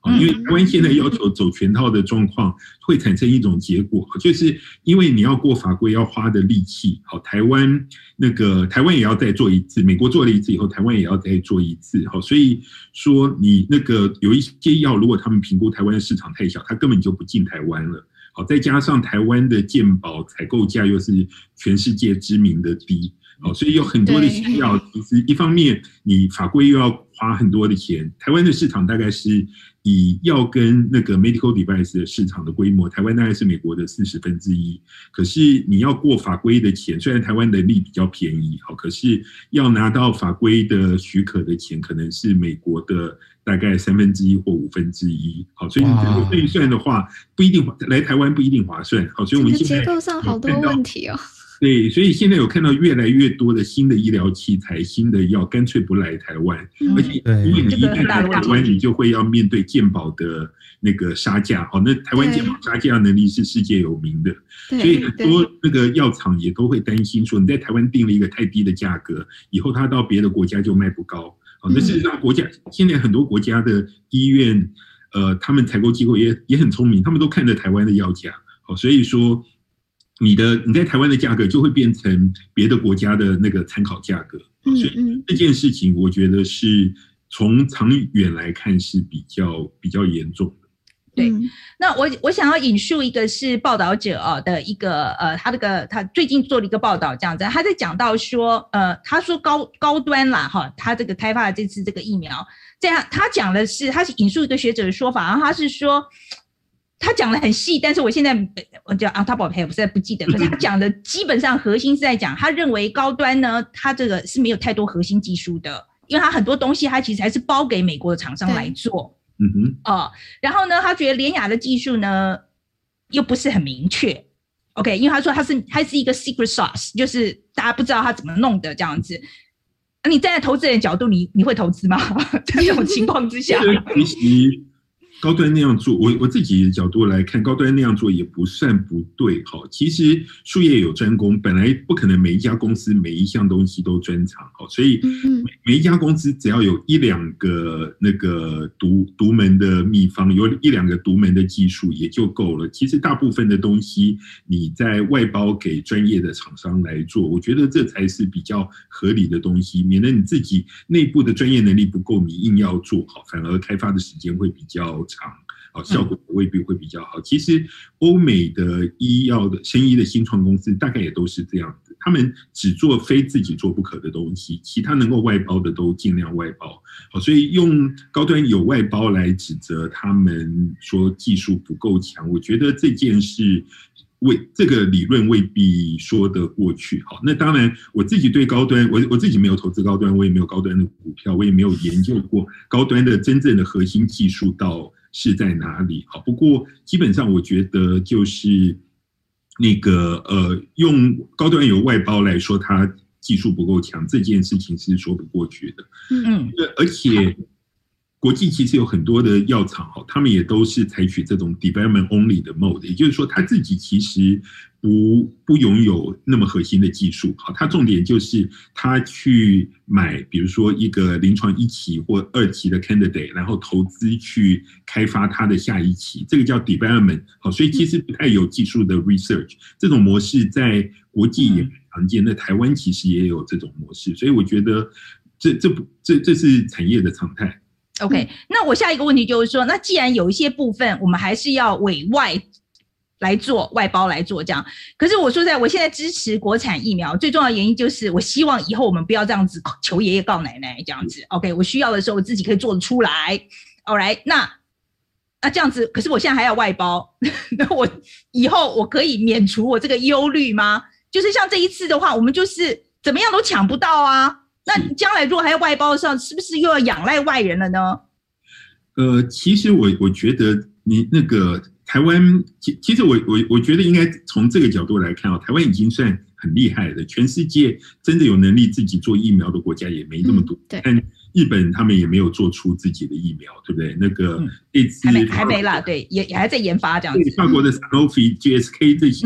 因为台湾现在要求走全套的状况，会产生一种结果，就是因为你要过法规要花的力气，好，台湾那个台湾也要再做一次，美国做了一次以后，台湾也要再做一次，好，所以说你那个有一些药，如果他们评估台湾的市场太小，它根本就不进台湾了。好，再加上台湾的健保采购价又是全世界知名的低，好，所以有很多的新药，其实一方面你法规又要花很多的钱，台湾的市场大概是以药跟那个 medical device 的市场的规模，台湾大概是美国的四十分之一，可是你要过法规的钱，虽然台湾人力比较便宜，好，可是要拿到法规的许可的钱，可能是美国的大概三分之一或五分之一，好，所以你这个预算的话，不一定来台湾不一定划算，好，所以我们现在
结构上好多问题哦。
对，所以现在有看到越来越多的新的医疗器材、新的药，干脆不来台湾，
嗯、
而且因为你一旦来台湾，你就会要面对健保的那个杀价，好，那台湾健保杀价能力是世界有名的，所以很多那个药厂也都会担心说，你在台湾定了一个太低的价格，以后它到别的国家就卖不高。好，那事实上国家现在很多国家的医院，呃，他们采购机构也也很聪明，他们都看着台湾的药价，好，所以说。你的你在台湾的价格就会变成别的国家的那个参考价格，所以这件事情我觉得是从长远来看是比较比较严重的。
对，那我我想要引述一个是报道者哦的一个呃，他这个他最近做了一个报道，这样子，他在讲到说，呃，他说高高端啦哈，他这个开发的这次这个疫苗，这样他讲的是，他是引述一个学者的说法，然后他是说。他讲的很细，但是我现在我叫 on top of head， 我实在不记得。可是他讲的基本上核心是在讲，他认为高端呢，它这个是没有太多核心技术的，因为它很多东西它其实还是包给美国的厂商来做。嗯哼，哦，然后呢，他觉得联亚的技术呢又不是很明确。OK， 因为他说它是它是一个 secret sauce， 就是大家不知道他怎么弄的这样子。啊、你站在投资人的角度，你你会投资吗？在这种情况之下。
高端那样做，我我自己的角度来看，高端那样做也不算不对。好，其实术业有专攻，本来不可能每一家公司每一项东西都专长。好，所以每每一家公司只要有一两个那个独独门的秘方，有一两个独门的技术也就够了。其实大部分的东西你在外包给专业的厂商来做，我觉得这才是比较合理的东西，免得你自己内部的专业能力不够，你硬要做好，反而开发的时间会比较长，效果未必会比较好。其实欧美的医药的生医的新创公司大概也都是这样子，他们只做非自己做不可的东西，其他能够外包的都尽量外包。好，所以用高端有外包来指责他们说技术不够强，我觉得这件事为这个理论未必说得过去。好，那当然我自己对高端，我我自己没有投资高端，我也没有高端的股票，我也没有研究过高端的真正的核心技术到是在哪里。好，不过基本上我觉得就是那个呃，用高端有外包来说它技术不够强，这件事情是说不过去的。嗯，而且国际其实有很多的药厂，他们也都是采取这种 development only 的 mode， 也就是说他自己其实不不拥有那么核心的技术。好，他重点就是他去买，比如说一个临床一期或二期的 candidate， 然后投资去开发他的下一期，这个叫 development。好，所以其实不太有技术的 research， 这种模式在国际也很常见，那台湾其实也有这种模式，所以我觉得这这不这这是产业的常态。
OK， 那我下一个问题就是说，那既然有一些部分我们还是要委外来做，外包来做这样，可是我说实在，我现在支持国产疫苗最重要的原因就是我希望以后我们不要这样子求爷爷告奶奶这样子。OK， 我需要的时候我自己可以做得出来。All right， 那那这样子，可是我现在还要外包，那我以后我可以免除我这个忧虑吗？就是像这一次的话，我们就是怎么样都抢不到啊。那将来如果还要外包的时候，是不是又要仰赖外人了呢？
呃，其实我我觉得你那个台湾，其其实我我我觉得应该从这个角度来看啊，台湾已经算很厉害的，全世界真的有能力自己做疫苗的国家也没那么多。嗯、但日本他们也没有做出自己的疫苗，对不对？那个这次、
嗯、还没还没啦，对，也也还在研发这样子。
法国的 Sanofi、G S K 这些。嗯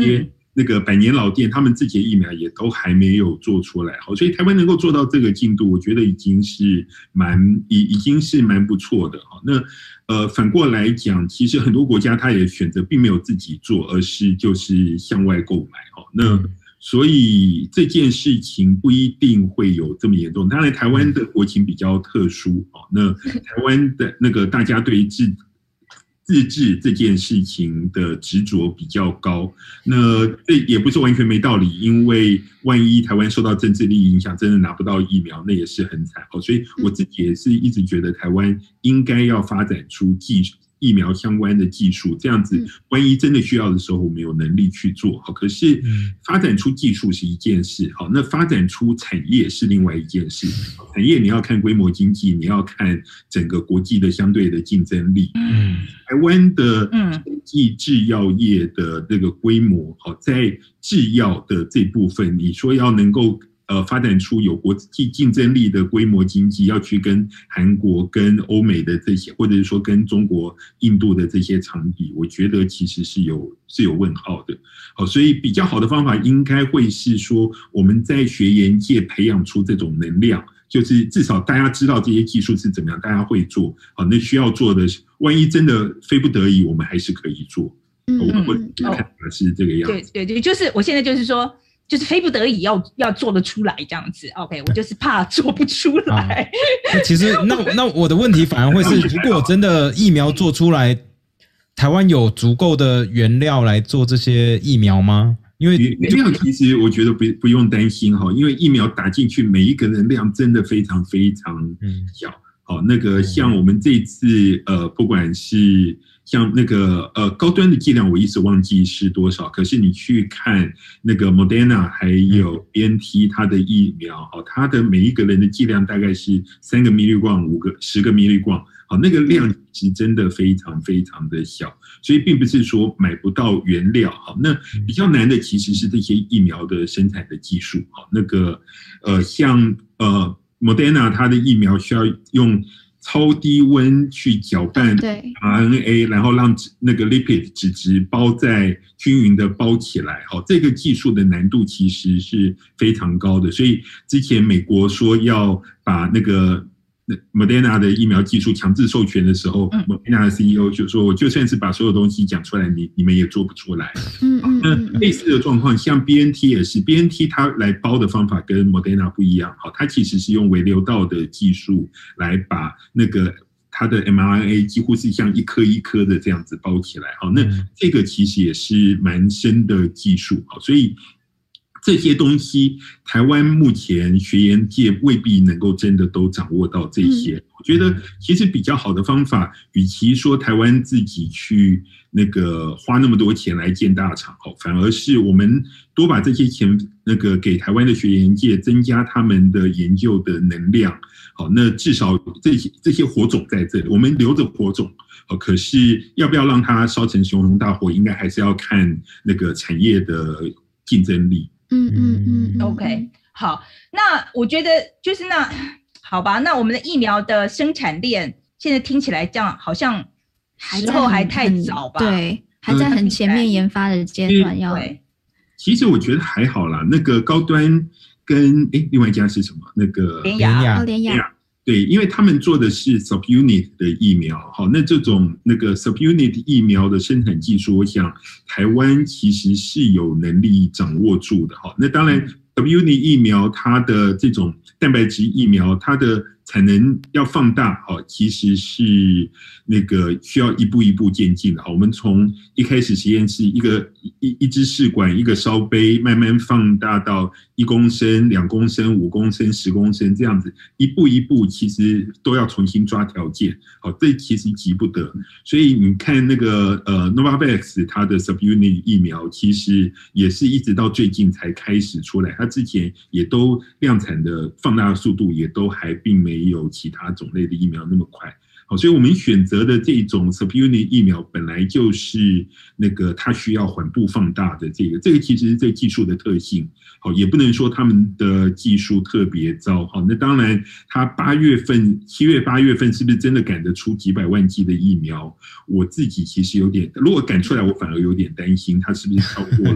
那个百年老店，他们自己的疫苗也都还没有做出来，好，所以台湾能够做到这个进度，我觉得已经是蛮已已经是蛮不错的，好，那呃反过来讲，其实很多国家它也选择并没有自己做，而是就是向外购买，好，那所以这件事情不一定会有这么严重。当然，台湾的国情比较特殊，好，那台湾的那个大家对于自自治这件事情的执着比较高，那这也不是完全没道理，因为万一台湾受到政治利益影响，真的拿不到疫苗，那也是很惨。所以我自己也是一直觉得台湾应该要发展出技术。疫苗相关的技术，这样子，万一真的需要的时候，我们有能力去做。好，可是发展出技术是一件事，好，那发展出产业是另外一件事。产业你要看规模经济，你要看整个国际的相对的竞争力。嗯，台湾的经济制药业的这个规模，好，在制药的这部分，你说要能够。呃，发展出有国际竞争力的规模经济，要去跟韩国、跟欧美的这些，或者是说跟中国、印度的这些厂比，我觉得其实是有是有问号的。好，所以比较好的方法应该会是说，我们在学研界培养出这种能量，就是至少大家知道这些技术是怎么样，大家会做。好，那需要做的，万一真的非不得已，我们还是可以做。嗯，我我看法是这个样子。
对对对，就是我现在就是说。就是非不得已要要做得出来这样子 ，OK， 我就是怕做不出来。
啊、其实那那我的问题反而会是，如果真的疫苗做出来，台湾有足够的原料来做这些疫苗吗？因为
原料其实我觉得不不用担心哈，因为疫苗打进去每一个人量真的非常非常小。好，那个像我们这次呃，不管是。像那个呃高端的剂量我一时忘记是多少，可是你去看那个 Moderna 还有 B N T 它的疫苗，好，它的每一个人的剂量大概是三个 milligram 五个十个 milligram， 好，那个量是真的非常非常的小，所以并不是说买不到原料，好，那比较难的其实是这些疫苗的生产的技术，好，那个呃像呃 Moderna 它的疫苗需要用超低温去搅拌 R N A， 然后让那个 lipid 脂质包在均匀的包起来。好，这个技术的难度其实是非常高的，所以之前美国说要把那个 Moderna 的疫苗技术强制授权的时候，嗯、Moderna 的 C E O 就说：“我就算是把所有东西讲出来，你你们也做不出来。”嗯嗯。那类似的状况，像 B N T 也是 ，B N T 它来包的方法跟 Moderna 不一样。好，它其实是用微流道的技术来把那个它的 M R N A 几乎是像一颗一颗的这样子包起来。好，那这个其实也是蛮深的技术。好，所以。这些东西，台湾目前学研界未必能够真的都掌握到这些。嗯、我觉得其实比较好的方法，与其说台湾自己去那个花那么多钱来建大厂，反而是我们多把这些钱那个给台湾的学研界，增加他们的研究的能量。好，那至少这些这些火种在这里，我们留着火种。可是要不要让它烧成熊熊大火，应该还是要看那个产业的竞争力。
嗯嗯嗯
，OK， 好，那我觉得就是那好吧，那我们的疫苗的生产链现在听起来这样好像时候还太早吧？
对，还在很前面研发的阶段要。
对，
其实我觉得还好啦，那个高端跟哎另外一家是什么？那个
联亚，
联亚。
对，因为他们做的是 subunit 的疫苗，好，那这种那个 subunit 疫苗的生产技术，我想台湾其实是有能力掌握住的，好，那当然 subunit 疫苗它的这种蛋白质疫苗，它的产能要放大，好，其实是那个需要一步一步渐进的，好，我们从一开始实验室一个一一支试管一个烧杯，慢慢放大到一公升、两公升、五公升、十公升这样子，一步一步其实都要重新抓条件，好，这其实急不得，所以你看那个呃 Novavax 它的 subunit 疫苗，其实也是一直到最近才开始出来，它之前也都量产的放大的速度也都还并没有其他种类的疫苗那么快。好，所以我们选择的这种 subunit 疫苗本来就是那个它需要缓步放大的这个，这个其实是这个技术的特性。好，也不能说他们的技术特别糟。好，那当然，它八月份、七月、八月份是不是真的赶得出几百万剂的疫苗？我自己其实有点，如果赶出来，我反而有点担心，它是不是超过了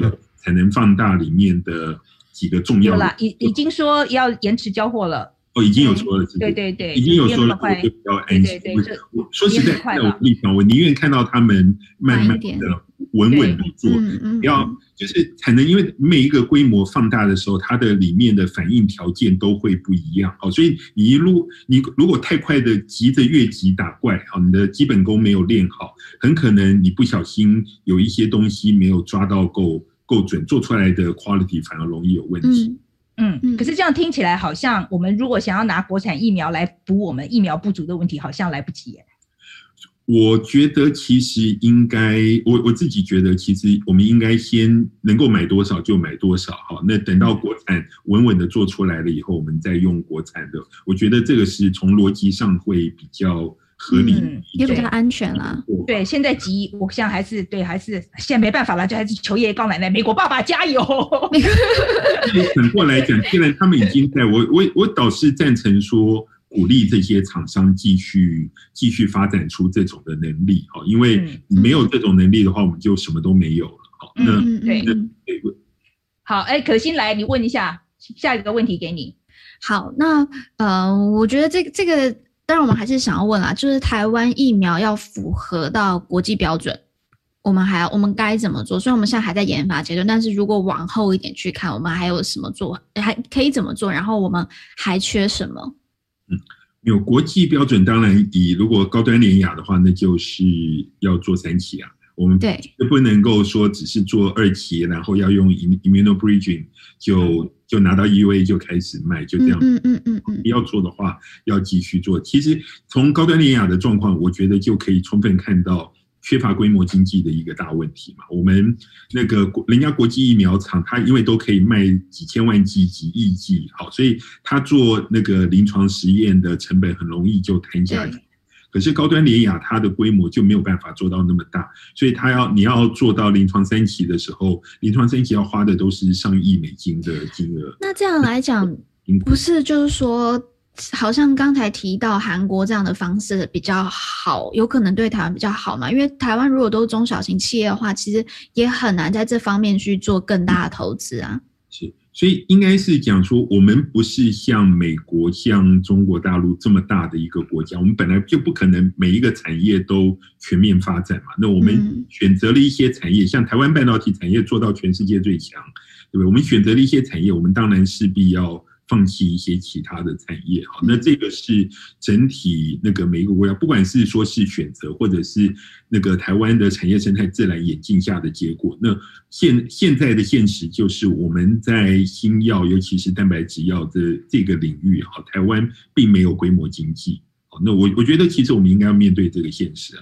产能放大里面的几个重要的。
有了，已已经说要延迟交货了。
哦，已经有说了，
对对对，
已经有说了，我就比较安心。
对对对，
我说实在，在我立场，我宁愿看到他们慢慢的、稳稳的做，不要就是产能，因为每一个规模放大的时候，它的里面的反应条件都会不一样。好，所以你一路你如果太快的急着越级打怪，好，你的基本功没有练好，很可能你不小心有一些东西没有抓到够够准，做出来的 quality 反而容易有问题。
嗯嗯，可是这样听起来好像我们如果想要拿国产疫苗来补我们疫苗不足的问题，好像来不及耶。
我觉得其实应该，我我自己觉得，其实我们应该先能够买多少就买多少，好，那等到国产稳稳的做出来了以后，我们再用国产的。我觉得这个是从逻辑上会比较合理，
嗯、也比较安全啦。
对，现在急，我现在还是对，还是现在没办法了，就还是求爷爷告奶奶，美国爸爸加油。
反过来讲，既然他们已经在，我我我倒是赞成说，鼓励这些厂商继续继续发展出这种的能力，哈，因为你没有这种能力的话，我们就什么都没有了，好，那
对对，好，哎，可心来，你问一下，下一个问题给你。
好，那呃，我觉得这个这个，当然我们还是想要问啦，就是台湾疫苗要符合到国际标准，我们还要我们该怎么做？虽然我们现在还在研发阶段，但是如果往后一点去看，我们还有什么做，还可以怎么做？然后我们还缺什么？
嗯，有国际标准，当然以如果高端联雅的话，那就是要做三期啊。我们
对
不能够说只是做二期，然后要用 immunobridging 就就拿到 E U A 就开始卖，就这样。
嗯嗯嗯嗯。
要做的话，要继续做。其实从高端联雅的状况，我觉得就可以充分看到缺乏规模经济的一个大问题嘛。我们那个人家国际疫苗厂，它因为都可以卖几千万剂、几亿剂，好，所以它做那个临床实验的成本很容易就摊下去。可是高端联雅它的规模就没有办法做到那么大，所以它要你要做到临床三期的时候，临床三期要花的都是上亿美金的金额。
那这样来讲，不是就是说，好像刚才提到韩国这样的方式比较好，有可能对台湾比较好嘛？因为台湾如果都是中小型企业的话，其实也很难在这方面去做更大的投资啊。
是，所以应该是讲说，我们不是像美国、像中国大陆这么大的一个国家，我们本来就不可能每一个产业都全面发展嘛。那我们选择了一些产业，像台湾半导体产业做到全世界最强，对不对？我们选择了一些产业，我们当然势必要放弃一些其他的产业，好，那这个是整体那个每一个国家，不管是说是选择，或者是那个台湾的产业生态自然演进下的结果。那现现在的现实就是，我们在新药，尤其是蛋白质药的这个领域，好，台湾并没有规模经济，好，那我我觉得其实我们应该要面对这个现实啊。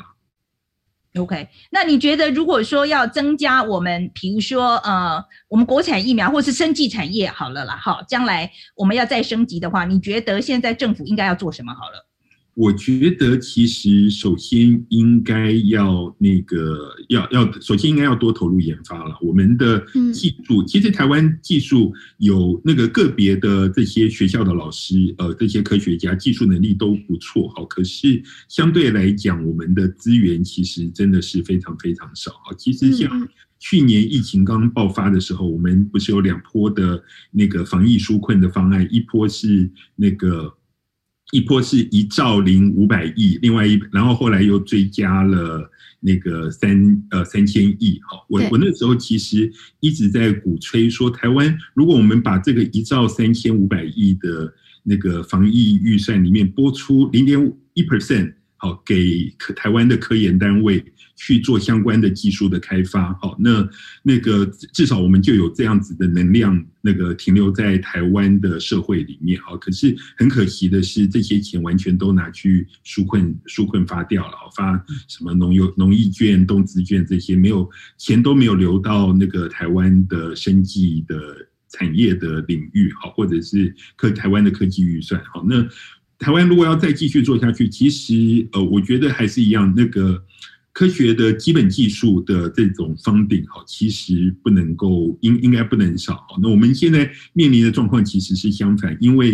OK， 那你觉得如果说要增加我们，比如说呃，我们国产疫苗或是生技产业好了啦，好，将来我们要再升级的话，你觉得现在政府应该要做什么好了？
我觉得其实首先应该要那个要要首先应该要多投入研发了。我们的技术，其实台湾技术有那个个别的这些学校的老师，呃，这些科学家技术能力都不错，好，可是相对来讲，我们的资源其实真的是非常非常少。好，其实像去年疫情刚爆发的时候，我们不是有两波的那个防疫纾困的方案，一波是那个。一波是一兆零五百亿，另外一然后后来又追加了那个三呃三千亿。好，我我那时候其实一直在鼓吹说，台湾如果我们把这个一兆三千五百亿的那个防疫预算里面拨出零点一 percent， 好，给台湾的科研单位去做相关的技术的开发，好，那那个至少我们就有这样子的能量，那个停留在台湾的社会里面，好，可是很可惜的是，这些钱完全都拿去纾困纾困发掉了，发什么农业农益券、动资券这些，没有钱都没有流到那个台湾的生技的产业的领域，好，或者是科台湾的科技预算，好，那台湾如果要再继续做下去，其实呃，我觉得还是一样，那个科学的基本技术的这种funding，好，其实不能够应应该不能少。那我们现在面临的状况其实是相反，因为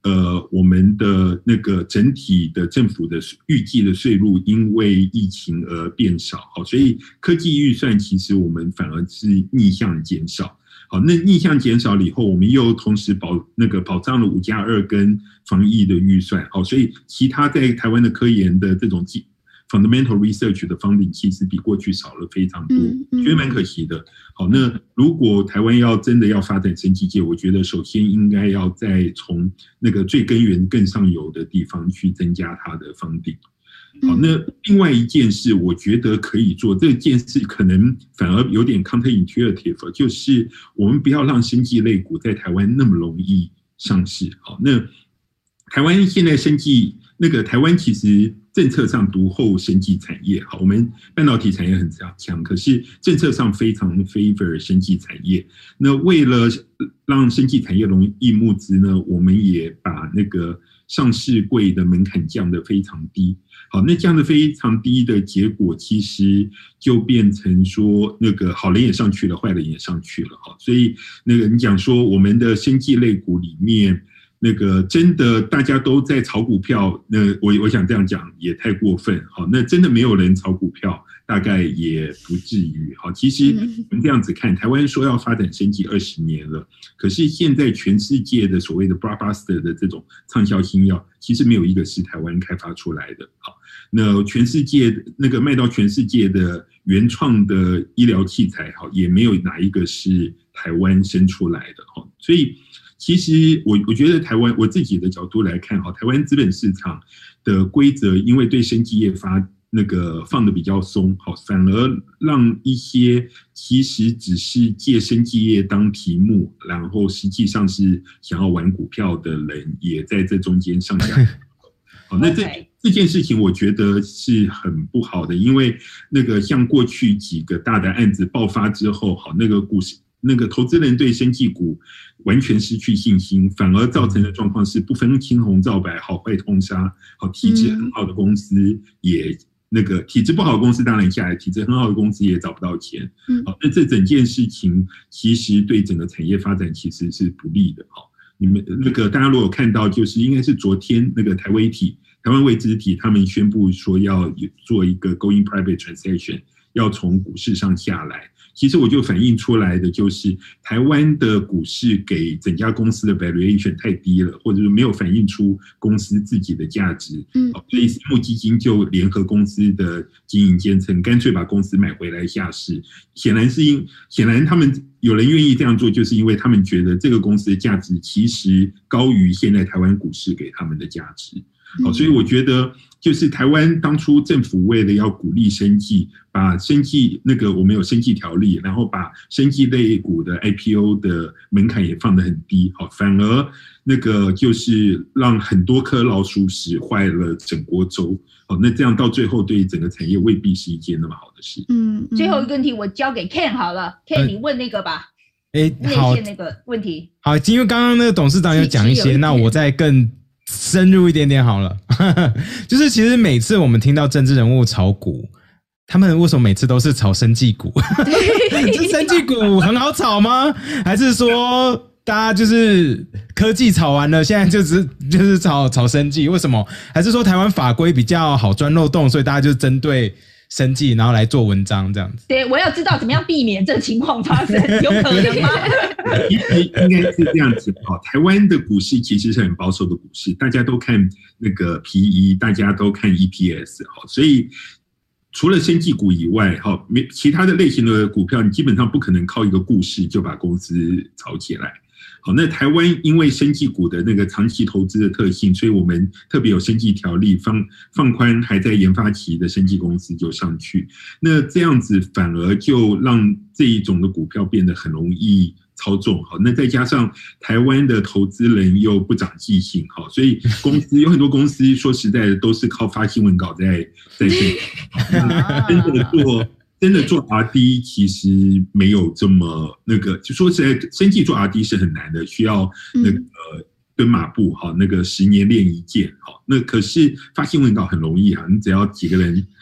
呃，我们的那个整体的政府的预计的税入因为疫情而变少，好，所以科技预算其实我们反而是逆向减少。好，那逆向减少了以后，我们又同时保那个保障了五加二跟防疫的预算，好，所以其他在台湾的科研的这种 fundamental research 的 funding 其实比过去少了非常多，觉得蛮可惜的。好，那如果台湾要真的要发展生技界，我觉得首先应该要再从那个最根源更上游的地方去增加它的 funding。好，那另外一件事，我觉得可以做，这件事可能反而有点 counterintuitive， 就是我们不要让生技类股在台湾那么容易上市。好，那台湾现在生技那个台湾其实政策上独后生技产业，好，我们半导体产业很强，可是政策上非常 favor 生技产业。那为了让生技产业容易募资呢，我们也把那个上市柜的门槛降得非常低。好，那降得非常低的结果，其实就变成说，那个好人也上去了，坏人也上去了。好，所以那个你讲说，我们的生技类股里面，那个真的大家都在炒股票，那我我想这样讲也太过分。好，那真的没有人炒股票，大概也不至于。好，其实我们这样子看，台湾说要发展生技二十年了，可是现在全世界的所谓的 blockbuster 的这种畅销新药，其实没有一个是台湾开发出来的。好，那全世界那个卖到全世界的原创的医疗器材，好，也没有哪一个是台湾生出来的。好，所以其实我我觉得台湾，我自己的角度来看，哈，台湾资本市场的规则，因为对生技业发那个放的比较松，好，反而让一些其实只是借生技业当题目，然后实际上是想要玩股票的人，也在这中间上下。好，那这这件事情我觉得是很不好的，因为那个像过去几个大的案子爆发之后，好，那个股市。那个投资人对生技股完全失去信心，反而造成的状况是不分青红皂白，好坏通杀。好，体质很好的公司也那个体质不好的公司当然下来，体质很好的公司也找不到钱。好，那这整件事情其实对整个产业发展其实是不利的。好，你们那个大家如果看到，就是应该是昨天那个台微体、台湾微智体他们宣布说要做一个 going private transaction， 要从股市上下来。其实我就反映出来的就是台湾的股市给整家公司的 valuation 太低了，或者是没有反映出公司自己的价值。嗯，所以私募基金就联合公司的经营阶层，干脆把公司买回来下市。显然是因，显然他们有人愿意这样做，就是因为他们觉得这个公司的价值其实高于现在台湾股市给他们的价值。好，所以我觉得就是台湾当初政府为了要鼓励生技，把生技那个我们有生技条例，然后把生技类股的 I P O 的门槛也放得很低，好，反而那个就是让很多颗老鼠屎坏了整锅粥。好，那这样到最后对整个产业未必是一件那么好的事。
嗯，最后一个问题我交给 Ken 好了 ，Ken 你问那个吧。哎，好，内线那个问题。
好，因为刚刚那个董事长有讲一些，那我再更深入一点点好了。就是其实每次我们听到政治人物炒股，他们为什么每次都是炒生技股？这生技股很好炒吗？还是说大家就是科技炒完了，现在就只就是炒炒生技？为什么？还是说台湾法规比较好钻漏洞，所以大家就针对生技然后来做文章这样子？
对，我要知道怎么样避免这个情况发生，有可能吗？
应该是这样子。台湾的股市其实是很保守的股市，大家都看那个 P E， 大家都看 E P S， 所以除了生技股以外，其他的类型的股票，你基本上不可能靠一个故事就把公司炒起来。好，那台湾因为生技股的那个长期投资的特性，所以我们特别有生技条例，放放宽还在研发期的生技公司就上去。那这样子反而就让这一种的股票变得很容易操纵。好，那再加上台湾的投资人又不长记性，好，所以公司有很多公司说实在的都是靠发新闻稿在在真的做。真的做 R D 其实没有这么那个，就说实在，生技做 R D 是很难的，需要那个蹲马步，好，那个十年练一剑，好，那可是发新闻稿很容易啊，你只要几个人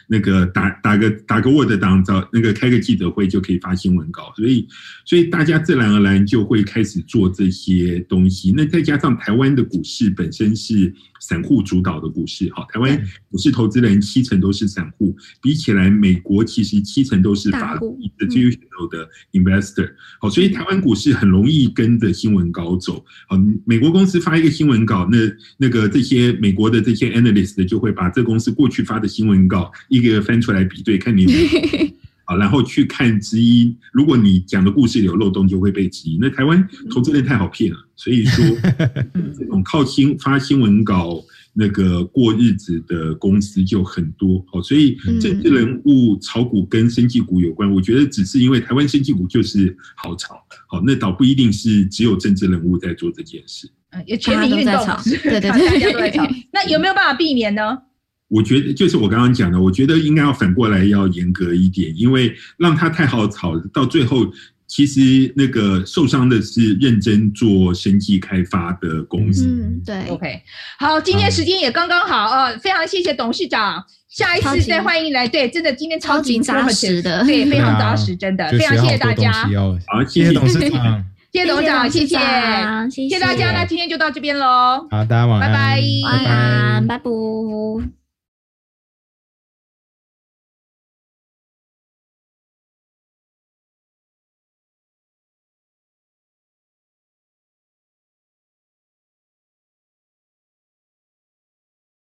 那个打打个打个 Word 档，找那个开个记者会就可以发新闻稿，所以所以大家自然而然就会开始做这些东西。那再加上台湾的股市本身是散户主导的股市，好，台湾股市投资人七成都是散户，比起来美国其实七成都是法人 institutional 的 investor， 好，所以台湾股市很容易跟着新闻稿走。好，美国公司发一个新闻稿，那那个这些美国的这些 analyst 就会把这公司过去发的新闻稿一个翻出来比对，看你有没有好，然后去看质疑，如果你讲的故事有漏洞，就会被质疑。那台湾投资人太好骗了，所以说这种靠新发新闻稿那个过日子的公司就很多。好，所以政治人物炒股跟生技股有关，我觉得只是因为台湾生技股就是好炒。好，那倒不一定是只有政治人物在做这件事。
嗯，有全民运动，
对对对，
大家都在炒。那有没有办法避免呢？
我觉得就是我刚刚讲的，我觉得应该要反过来要严格一点，因为让它太好炒，到最后其实那个受伤的是认真做生技开发的公司。
嗯，对。
OK， 好，今天时间也刚刚好啊、呃，非常谢谢董事长。下一次再欢迎来，对，真的今天超级
扎实的，
对，非常扎实，真的，非常谢谢大家。
好，谢谢董事长。
谢谢董事长，谢谢，谢谢大家，那今天就到这边喽。
好，大家晚安，
拜拜，
晚安，拜拜。